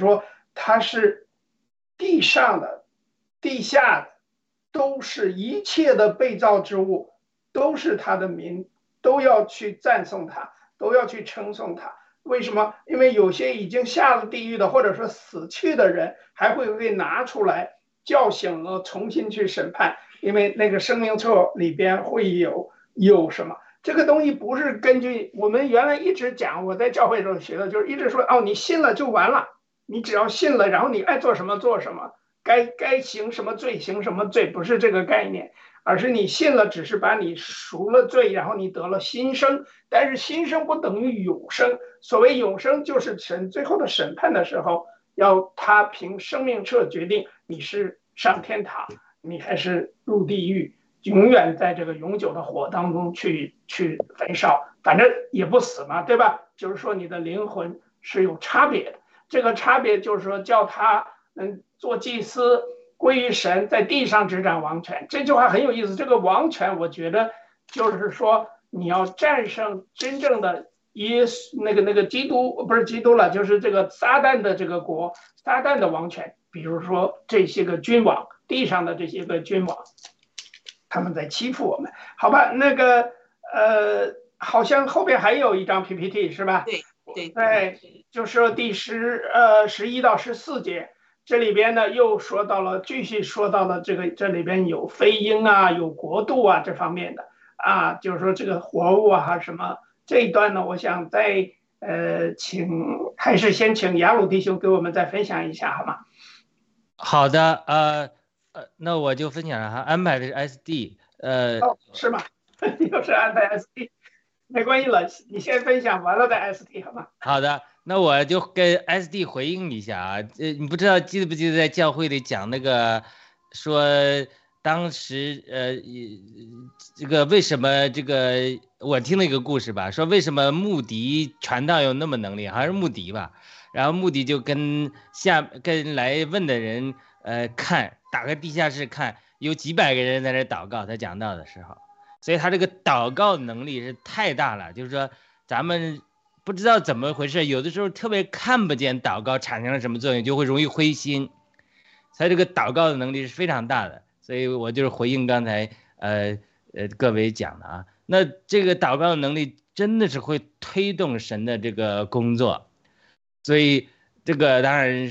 它是地上的、地下的，都是一切的被造之物，都是他的名，都要去赞颂他，都要去称颂他。为什么？因为有些已经下了地狱的，或者说死去的人，还会被拿出来叫醒了，重新去审判。因为那个生命册里边会有什么？这个东西不是根据我们原来一直讲，我在教会中学的，就是一直说哦，你信了就完了，你只要信了，然后你爱做什么做什么，该行什么罪行什么罪，不是这个概念，而是你信了，只是把你赎了罪，然后你得了新生，但是新生不等于永生。所谓永生，就是神最后的审判的时候，要他凭生命册决定你是上天堂，你还是入地狱。永远在这个永久的火当中去焚烧，反正也不死嘛，对吧？就是说你的灵魂是有差别的，这个差别就是说叫他做祭司，归于神，在地上执掌王权。这句话很有意思，这个王权我觉得就是说你要战胜真正的耶稣那个基督，不是基督了，就是这个撒旦的这个国，撒旦的王权，比如说这些个君王，地上的这些个君王。他们在欺负我们，好吧？那个好像后边还有一张 PPT 是吧？对，就是说第11到14节，这里边呢又说到了，继续说到了这里边有飞鹰啊，有国度啊这方面的啊，就是说这个活物啊什么这一段呢，我想再还是先请雅鲁弟兄给我们再分享一下好吗？ 好的，那我就分享了哈，安排的是 SD， 是吗？又是安排 SD， 没关系了，你先分享完了再 SD 好吗？ 好的，那我就跟 SD 回应一下啊，你不知道记不记得在教会里讲那个说当时这个为什么这个我听了一个故事吧，说为什么穆迪传道有那么能力，好像是穆迪吧，然后穆迪就跟来问的人打开地下室看，有几百个人在那祷告，他讲道的时候，所以他这个祷告能力是太大了，就是说咱们不知道怎么回事，有的时候特别看不见祷告产生了什么作用，就会容易灰心，所以这个祷告的能力是非常大的，所以我就是回应刚才各位讲的啊，那这个祷告的能力真的是会推动神的这个工作，所以这个当然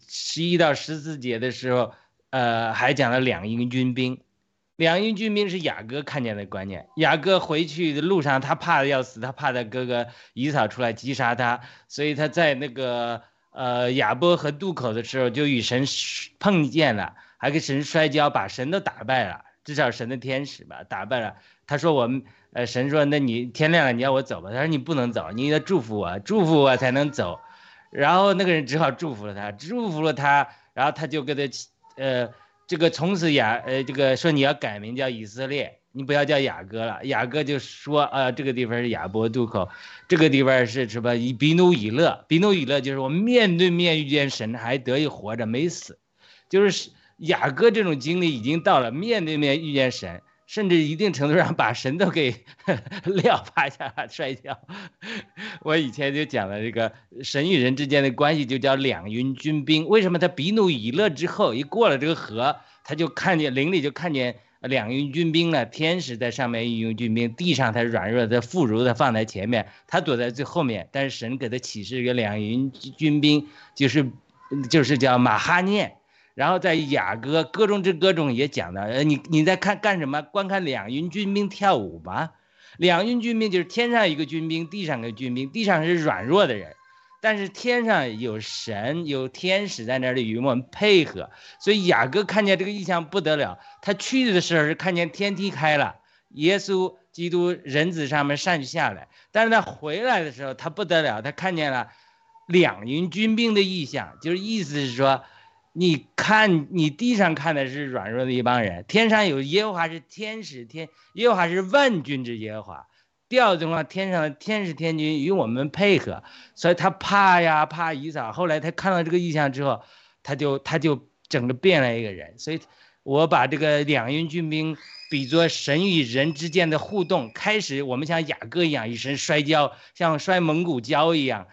11到14节的时候。还讲了两营军兵，两营军兵是雅各看见的观念。雅各回去的路上，他怕的要死，他怕他哥哥以扫出来击杀他，所以他在那个亚波河渡口的时候就与神碰见了，还跟神摔跤，把神都打败了，至少神的天使吧打败了。他说神说那你天亮了你要我走吧，他说你不能走，你得祝福我才能走。然后那个人只好祝福了他，然后他就跟他。这个从此这个说你要改名叫以色列，你不要叫雅各了。雅各就说这个地方是亚伯渡口，这个地方是什么？比努以勒。比努以勒就是我面对面遇见神还得以活着没死，就是雅各这种经历已经到了面对面遇见神，甚至一定程度上把神都给撂趴下摔跤。我以前就讲了这个神与人之间的关系就叫两营军兵，为什么他比努以勒之后一过了这个河，他就看见灵里就看见两营军兵了，天使在上面一营军兵，地上他软弱的妇孺的放在前面，他躲在最后面，但是神给他启示一个两营军兵，就是叫马哈念。然后在雅各歌中之歌中也讲的，你在干什么？观看两营军兵跳舞吗？两营军兵就是天上一个军兵，地上一个军兵，地上是软弱的人，但是天上有神有天使在那里与我们配合，所以雅各看见这个异象不得了，他去的时候是看见天梯开了，耶稣基督人子上面上去下来，但是他回来的时候他不得了，他看见了两营军兵的异象，就是意思是说你看你地上看的是软弱的一帮人，天上有耶和华是天使，耶和华是万军之耶和华，调动了天上的天使天军与我们配合，所以他怕以扫，后来他看到这个异象之后，他就整个变了一个人，所以我把这个两营军兵比作神与人之间的互动，开始我们像雅各一样与神摔跤，像摔蒙古胶一样，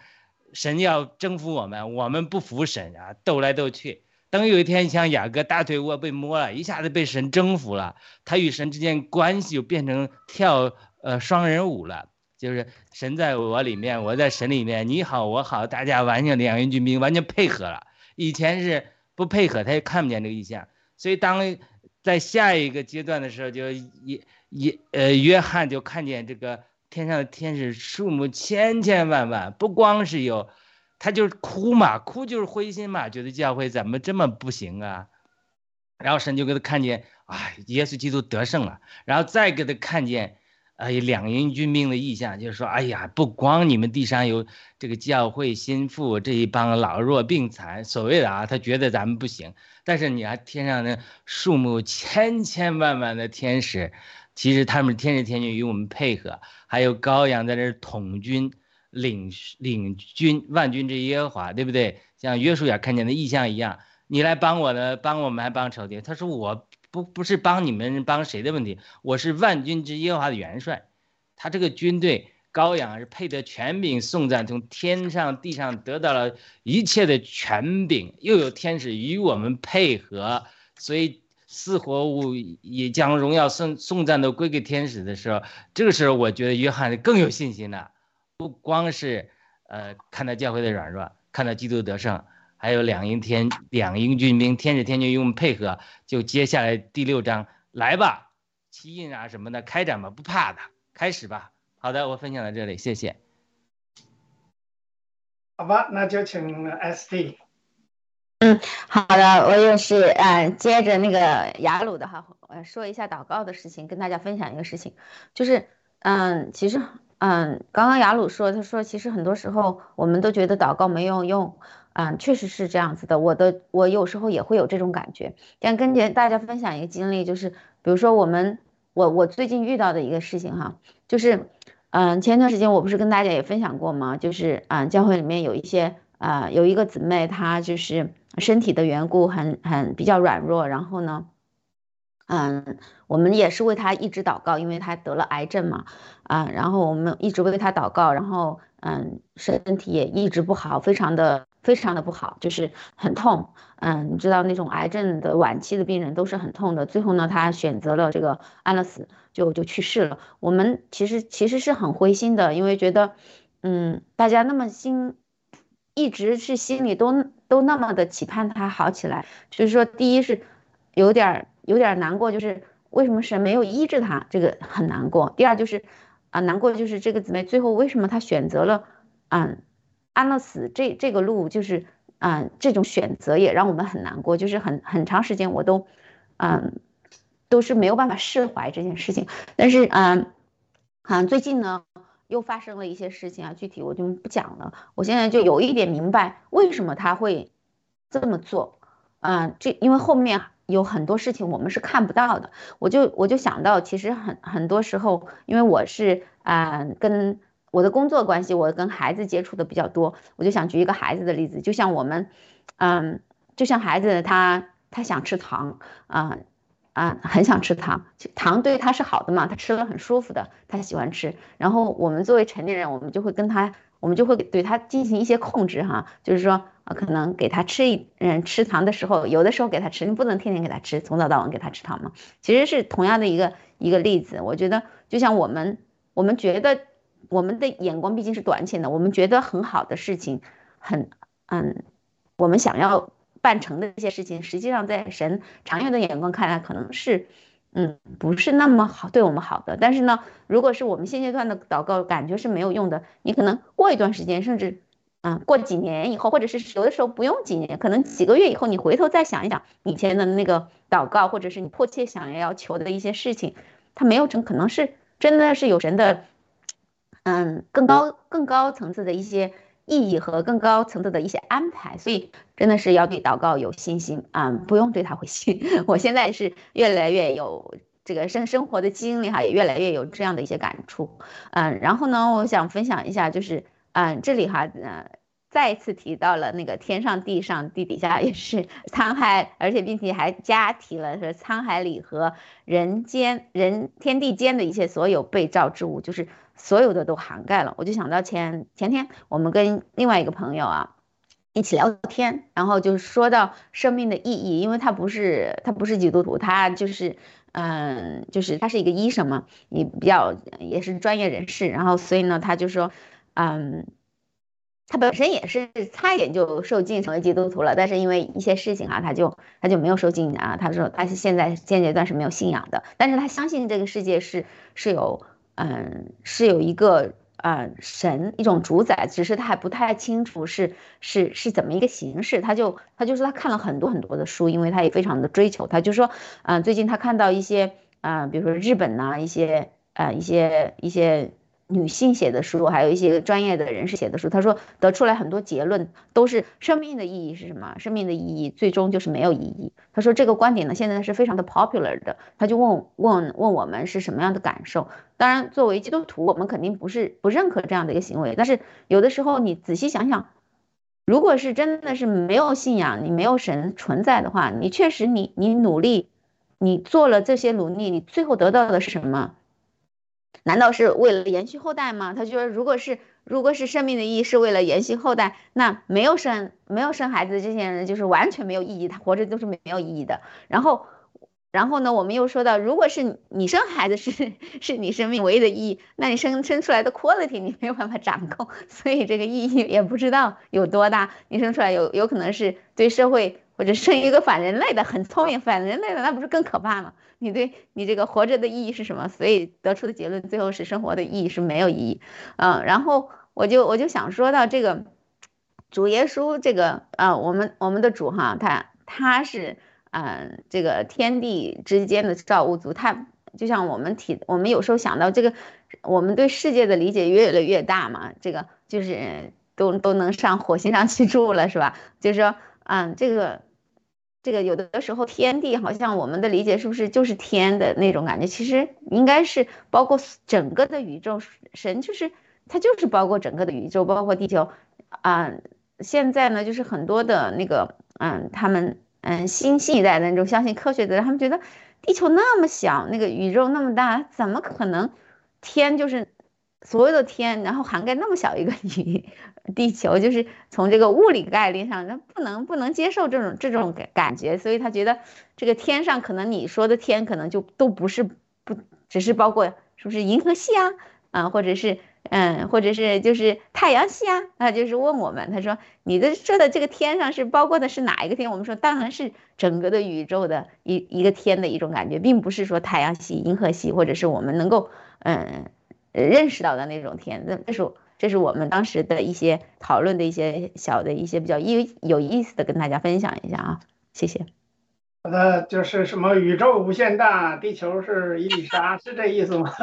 神要征服我们，我们不服神啊，斗来斗去。等有一天像雅各大腿窝被摸了，一下子被神征服了，他与神之间关系就变成跳双人舞了，就是神在我里面，我在神里面，你好我好，大家完全两营军兵完全配合了。以前是不配合，他也看不见这个意象。所以当在下一个阶段的时候，就约翰就看见这个天上的天使数目千千万万，不光是有。他就是哭嘛，哭就是灰心嘛，觉得教会怎么这么不行啊？然后神就给他看见，哎，耶稣基督得胜了，然后再给他看见，两营军兵的意象，就是说，哎呀，不光你们地上有这个教会心腹这一帮老弱病残，所谓的啊，他觉得咱们不行，但是你看天上的数目千千万万的天使，其实他们天使天军与我们配合，还有羔羊在这统军。领军万军之耶和华，对不对？像约书亚看见的异象一样，你来帮我呢，帮我们还帮仇敌。他说我不是帮你们帮谁的问题，我是万军之耶和华的元帅。他这个军队羔羊是配得权柄颂赞，从天上地上得到了一切的权柄，又有天使与我们配合，所以四活物也将荣耀颂赞都归给天使的时候，这个时候我觉得约翰更有信心了。不光是看到教会的软弱，看到基督得胜，还有两营军兵天使天军与我们配合，就接下来第6章来吧，七印啊什么的开展吧，不怕的，开始吧。好的，我分享到这里，谢谢。 好吧，那就请 SD。 好的，我也是接着那个雅鲁的哈，说一下祷告的事情，跟大家分享一个事情，就是其实。刚刚雅鲁说，他说其实很多时候我们都觉得祷告没有用，确实是这样子的。我有时候也会有这种感觉。但跟大家分享一个经历，就是比如说我最近遇到的一个事情哈，就是前段时间我不是跟大家也分享过吗？就是教会里面有一个姊妹，她就是身体的缘故比较软弱，然后呢。我们也是为他一直祷告，因为他得了癌症嘛，然后我们一直为他祷告，然后身体也一直不好，非常的不好，就是很痛，你知道那种癌症的晚期的病人都是很痛的，最后呢，他选择了这个安乐死，就去世了。我们其实是很灰心的，因为觉得，大家那么一直是心里都那么的期盼他好起来，就是说，第一是有点难过，就是为什么神没有医治他，这个很难过。第二就是难过就是这个姊妹最后为什么她选择了安乐死这个路，就是这种选择也让我们很难过，就是很长时间我都是没有办法释怀这件事情。但是最近呢又发生了一些事情啊，具体我就不讲了。我现在就有一点明白为什么他会这么做因为后面有很多事情我们是看不到的。我就想到，其实很多时候，因为我是跟我的工作关系，我跟孩子接触的比较多，我就想举一个孩子的例子，就像我们就像孩子他想吃糖很想吃糖，糖对他是好的嘛，他吃了很舒服的，他喜欢吃。然后我们作为成年人，我们就会对他进行一些控制哈，就是说可能给他吃糖的时候，有的时候给他吃，你不能天天给他吃，从早到晚给他吃糖嘛。其实是同样的一个例子。我觉得就像我们觉得我们的眼光毕竟是短浅的，我们觉得很好的事情，我们想要办成的一些事情，实际上在神长远的眼光看来，可能是不是那么好对我们好的。但是呢，如果是我们现阶段的祷告感觉是没有用的，你可能过一段时间，甚至过几年以后，或者是有的时候不用几年，可能几个月以后，你回头再想一想以前的那个祷告，或者是你迫切想要求的一些事情，它没有成，可能是真的是有神的更高层次的一些意义和更高层次的一些安排。所以真的是要对祷告有信心不用对他灰心。我现在是越来越有这个生活的经历哈，也越来越有这样的一些感触。然后呢，我想分享一下，就是这里哈再一次提到了那个天上地上地底下也是沧海，而且并且还加提了说沧海里和天地间的一切所有被造之物，就是所有的都涵盖了。我就想到前天我们跟另外一个朋友啊一起聊天，然后就说到生命的意义，因为他不是基督徒，他就是就是他是一个医生嘛，也是专业人士，然后所以呢他就说他本身也是差一点就受浸成为基督徒了，但是因为一些事情啊，他就没有受浸啊。他说他是现阶段是没有信仰的，但是他相信这个世界是有一个神，一种主宰，只是他还不太清楚是怎么一个形式。他就说他看了很多很多的书，因为他也非常的追求。他就说最近他看到一些比如说日本呐、一些女性写的书，还有一些专业的人士写的书，他说得出来很多结论，都是生命的意义是什么？生命的意义最终就是没有意义。他说这个观点呢，现在是非常的 popular 的。他就问我们是什么样的感受？当然，作为基督徒，我们肯定不认可这样的一个行为。但是有的时候你仔细想想，如果是真的是没有信仰，你没有神存在的话，你确实你努力，你做了这些努力，你最后得到的是什么？难道是为了延续后代吗？他就说，如果是生命的意义是为了延续后代，那没有生孩子这些人就是完全没有意义，他活着都是没有意义的。然后呢，我们又说到，如果是你生孩子是你生命唯一的意义，那你生出来的 quality 你没有办法掌控，所以这个意义也不知道有多大。你生出来有可能是对社会，或者生一个反人类的，很聪明反人类的，那不是更可怕吗？你这个活着的意义是什么？所以得出的结论最后是生活的意义是没有意义。然后我就想说到这个主耶稣这个我们的主哈，他是这个天地之间的造物主。他就像我们有时候想到这个，我们对世界的理解越来越大嘛，这个就是都能上火星上去住了，是吧？就是说这个有的时候天地好像我们的理解是不是就是天的那种感觉？其实应该是包括整个的宇宙，神它就是包括整个的宇宙，包括地球现在呢，就是很多的那个他们新一代的那种相信科学的人，他们觉得地球那么小，那个宇宙那么大，怎么可能天就是所有的天，然后涵盖那么小一个地球，就是从这个物理概念上，那不能接受这种感觉，所以他觉得这个天上可能你说的天可能就都不只是包括是不是银河系或者是就是太阳系就是问我们，他说你说的这个天上是包括的是哪一个天？我们说当然是整个的宇宙的一个天的一种感觉，并不是说太阳系、银河系，或者是我们能够认识到的那种天。这是我们当时的一些讨论的一些小的一些比较有意思的，跟大家分享一下谢谢。 好的，就是什么宇宙无限大，地球是一粒沙，是这意思吗？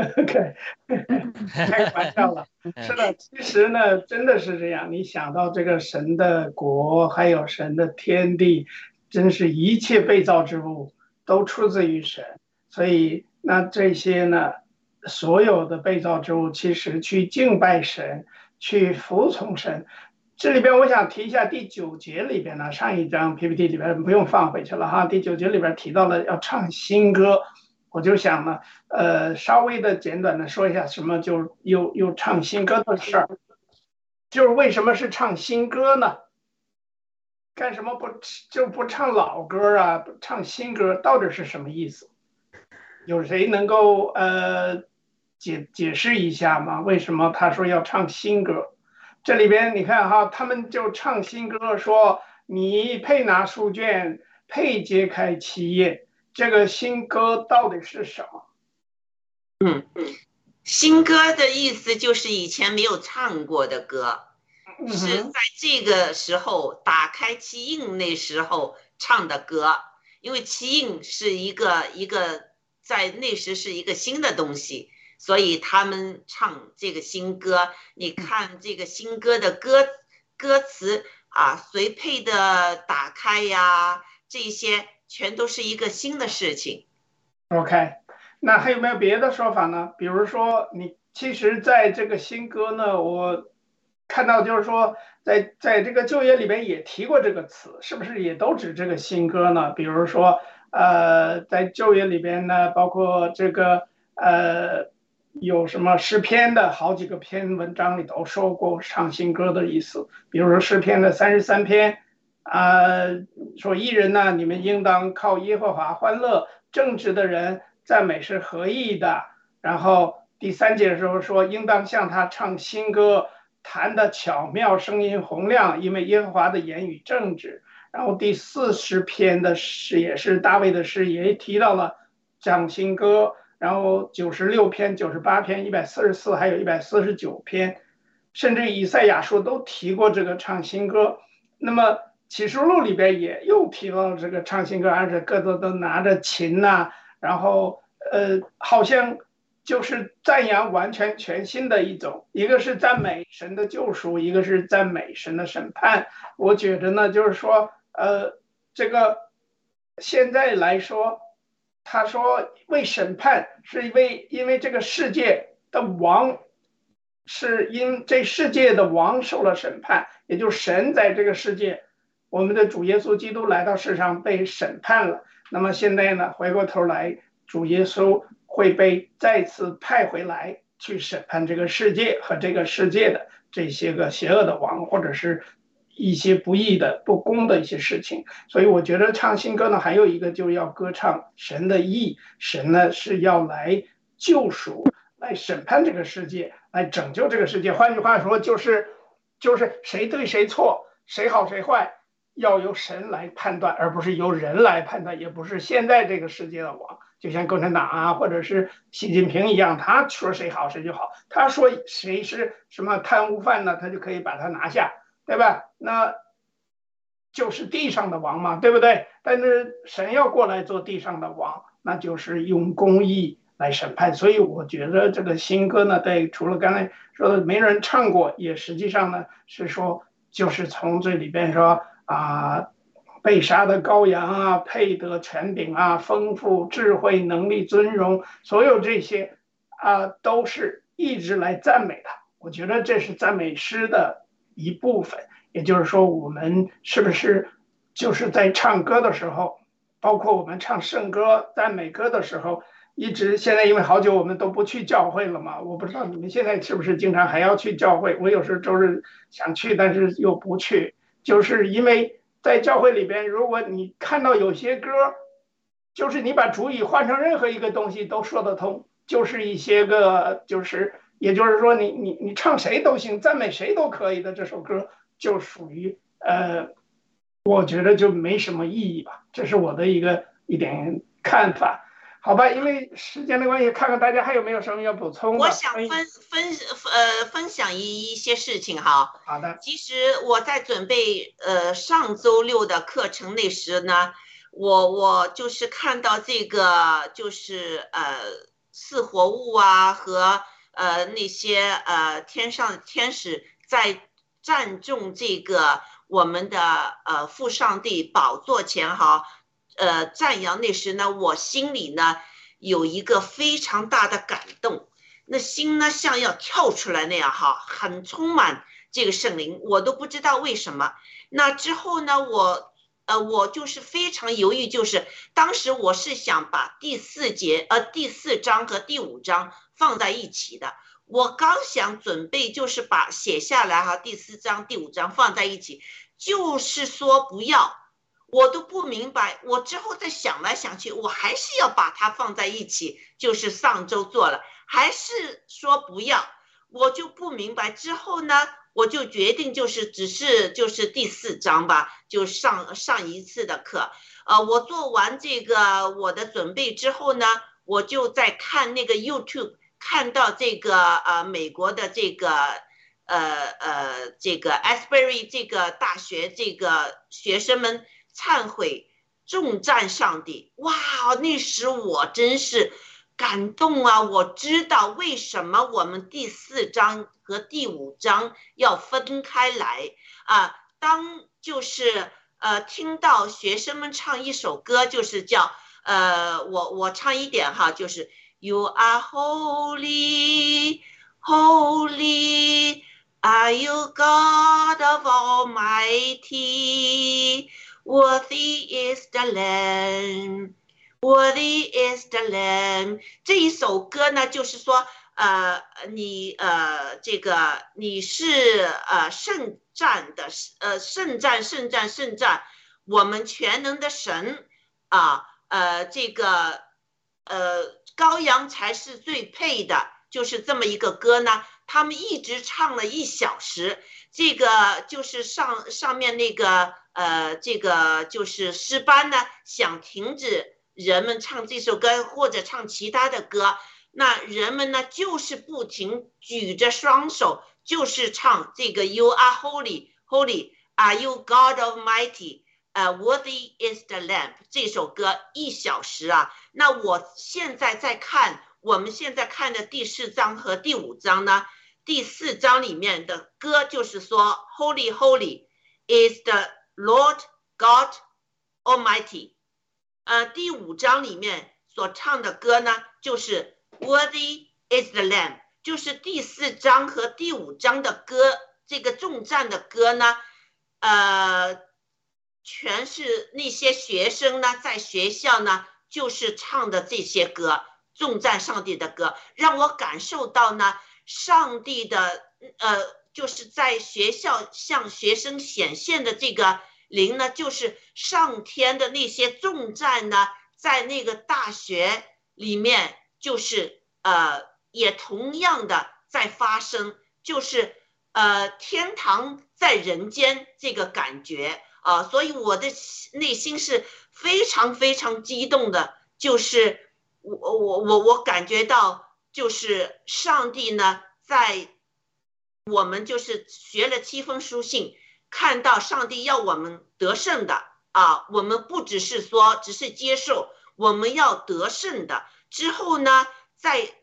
开玩笑了。是的，其实呢，真的是这样。你想到这个神的国，还有神的天地，真是一切被造之物都出自于神。所以那这些呢，所有的被造之物，其实去敬拜神，去服从神。这里边我想提一下第9节里边呢，上一章 PPT 里边不用放回去了哈。第9节里边提到了要唱新歌，我就想呢，稍微的简短的说一下什么就又唱新歌的事儿，就是为什么是唱新歌呢？干什么不唱老歌不唱新歌，到底是什么意思？有谁能够解释一下吗？为什么他说要唱新歌？这里边你看哈，他们就唱新歌，说你配拿书卷，配揭开其页。这个新歌到底是什么？ 新歌的意思就是以前没有唱过的歌，是在这个时候打开七印那时候唱的歌。因为七印是一个在那时是一个新的东西，所以他们唱这个新歌。你看这个新歌的歌词随配的打开呀，这些全都是一个新的事情。 OK， 那还有没有别的说法呢？比如说你其实在这个新歌呢，我看到就是说在这个旧约里边也提过这个词，是不是也都指这个新歌呢？比如说在旧约里边呢，包括这个有什么诗篇的好几个篇文章里头说过唱新歌的意思，比如说诗篇的33篇说义人呢，你们应当靠耶和华欢乐，正直的人赞美是合意的。然后第3节的时候说，应当向他唱新歌，弹得巧妙，声音洪亮，因为耶和华的言语正直。然后第40篇的诗也是大卫的诗，也提到了唱新歌。然后96篇、98篇、144还有149篇，甚至以赛亚书都提过这个唱新歌。那么启示录里边也又提到这个唱新歌，而且各自都拿着琴呐，然后好像就是赞扬完全全新的一种，一个是赞美神的救赎，一个是赞美神的审判。我觉得呢，就是说这个现在来说，他说为审判是因为这个世界的王是因这世界的王受了审判，也就是神在这个世界，我们的主耶稣基督来到世上被审判了。那么现在呢，回过头来，主耶稣会被再次派回来去审判这个世界和这个世界的这些个邪恶的王，或者是一些不义的不公的一些事情。所以我觉得唱新歌呢，还有一个就是要歌唱神的义，神呢是要来救赎，来审判这个世界，来拯救这个世界。换句话说，就是谁对谁错，谁好谁坏，要由神来判断，而不是由人来判断，也不是现在这个世界的王，就像共产党啊，或者是习近平一样，他说谁好谁就好，他说谁是什么贪污犯呢，他就可以把他拿下，对吧？那就是地上的王嘛，对不对？但是神要过来做地上的王，那就是用公义来审判。所以我觉得这个新歌呢，对，除了刚才说的没人唱过，也实际上呢是说，就是从这里边说被杀的羔羊啊，配得权柄啊，丰富智慧能力尊荣，所有这些都是一直来赞美他。我觉得这是赞美诗的一部分。也就是说，我们是不是就是在唱歌的时候，包括我们唱圣歌、赞美歌的时候，一直现在因为好久我们都不去教会了嘛，我不知道你们现在是不是经常还要去教会。我有时候周日想去，但是又不去，就是因为在教会里边，如果你看到有些歌，就是你把主语换成任何一个东西都说得通，就是一些个也就是说你唱谁都行，赞美谁都可以的这首歌，就属于我觉得就没什么意义吧，这是我的一点看法，好吧？因为时间的关系，看看大家还有没有什么要补充的。 我想分享一些事情哈。 好的。 其实我在准备上周六的课程那时呢，我就是看到这个就是四活物啊和那些天上的天使在赞颂这个我们的父上帝宝座前哈，赞扬那时呢，我心里呢有一个非常大的感动，那心呢像要跳出来那样哈，很充满这个圣灵，我都不知道为什么。那之后呢，我就是非常犹豫，就是当时我是想把第4章和第5章放在一起的。我刚想准备就是把写下来哈，第4章第5章放在一起，就是说不要，我都不明白。我之后再想来想去，我还是要把它放在一起，就是上周做了，还是说不要，我就不明白。之后呢，我就决定就是就是第4章吧，就上一次的课。我做完这个我的准备之后呢，我就在看那个 YouTube。看到这个美国的这个Asbury 这个大学这个学生们忏悔重赞上帝，哇，那时我真是感动啊！我知道为什么我们第4章和第5章要分开来啊。当就是听到学生们唱一首歌，就是叫我唱一点哈，就是。You are holy, holy, are you God of Almighty? Worthy is the Lamb, worthy is the Lamb. 这一首歌呢，就是说， 你是圣战的圣战，我们全能的神啊，羔羊才是最配的，就是这么一个歌呢。他们一直唱了1小时，这个就是上面那个就是诗班呢，想停止人们唱这首歌或者唱其他的歌，那人们呢就是不停举着双手，就是唱这个 You are holy, holy, are you God Almighty, worthy is the Lamb 这首歌1小时啊。那我现在在看，我们现在看的第4章和第5章呢，第4章里面的歌就是说 Holy, holy is the Lord God Almighty。第5章里面所唱的歌呢，就是 Worthy is the Lamb， 就是第4章和第5章的歌，这个重赞的歌呢，全是那些学生呢，在学校呢，就是唱的这些歌，重赞上帝的歌，让我感受到呢，上帝的就是在学校向学生显现的这个灵呢，就是上天的那些重赞呢，在那个大学里面，就是也同样的在发生，就是天堂在人间这个感觉所以我的内心是非常非常激动的，就是我感觉到，就是上帝呢，在我们就是学了7封书信，看到上帝要我们得胜的我们不只是说只是接受，我们要得胜的。之后呢，在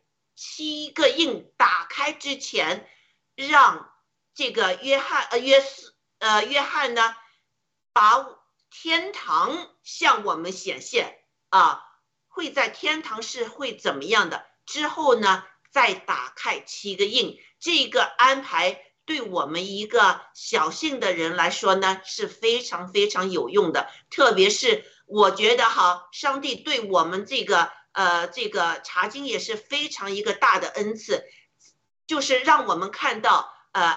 7个印打开之前，让这个约翰呢，把天堂向我们显现会在天堂是会怎么样的？之后呢，再打开7个印，这个安排对我们一个小信的人来说呢，是非常非常有用的。特别是我觉得上帝对我们这个查经也是非常一个大的恩赐，就是让我们看到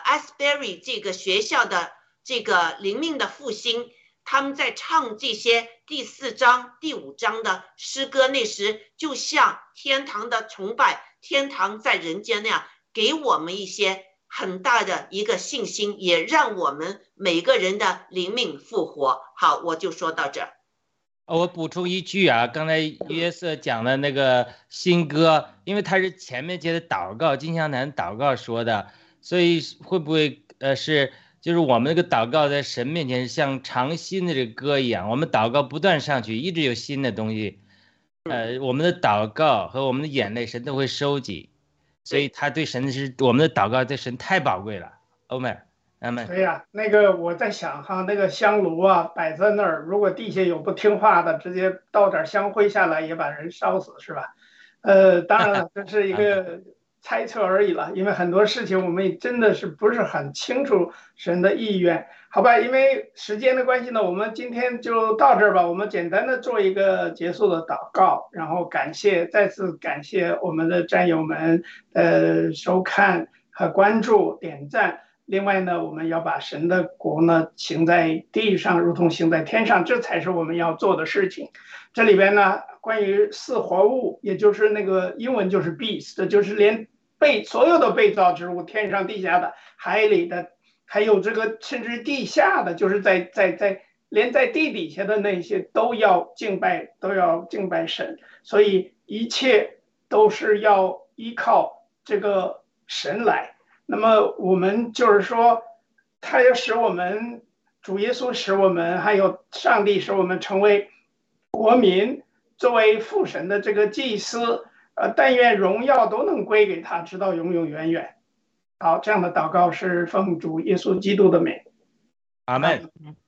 Asbury 这个学校的这个灵命的复兴，他们在唱这些第4章、第5章的诗歌，那时就像天堂的崇拜，天堂在人间那样，给我们一些很大的一个信心，也让我们每个人的灵命复活。好，我就说到这儿。 我补充一句刚才约瑟讲的那个新歌，因为他是前面接的祷告，金香坛祷告说的，所以会不会就是我们那个祷告在神面前像唱新的这个歌一样，我们祷告不断上去，一直有新的东西，我们的祷告和我们的眼泪神都会收集，所以他对神我们的祷告对神太宝贵了。欧妹， 对呀，那个我在想那个香炉摆在那儿，如果地下有不听话的，直接倒点香灰下来也把人烧死，是吧？当然了，这是一个猜测而已了，因为很多事情我们也真的是不是很清楚神的意愿，好吧？因为时间的关系呢，我们今天就到这儿吧。我们简单的做一个结束的祷告，然后再次感谢我们的战友们收看和关注、点赞。另外呢，我们要把神的国呢行在地上，如同行在天上，这才是我们要做的事情。这里边呢，关于4活物，也就是那个英文就是 beast， 就是连所有的被造之物，天上地下的、海里的，还有这个甚至地下的，就是连在地底下的那些都要敬拜神，所以一切都是要依靠这个神来。那么我们就是说，他要使我们，主耶稣使我们，还有上帝使我们成为国民，作为父神的这个祭司，但愿荣耀都能归给他，直到永永远远。好，这样的祷告是奉主耶稣基督的名。 阿们。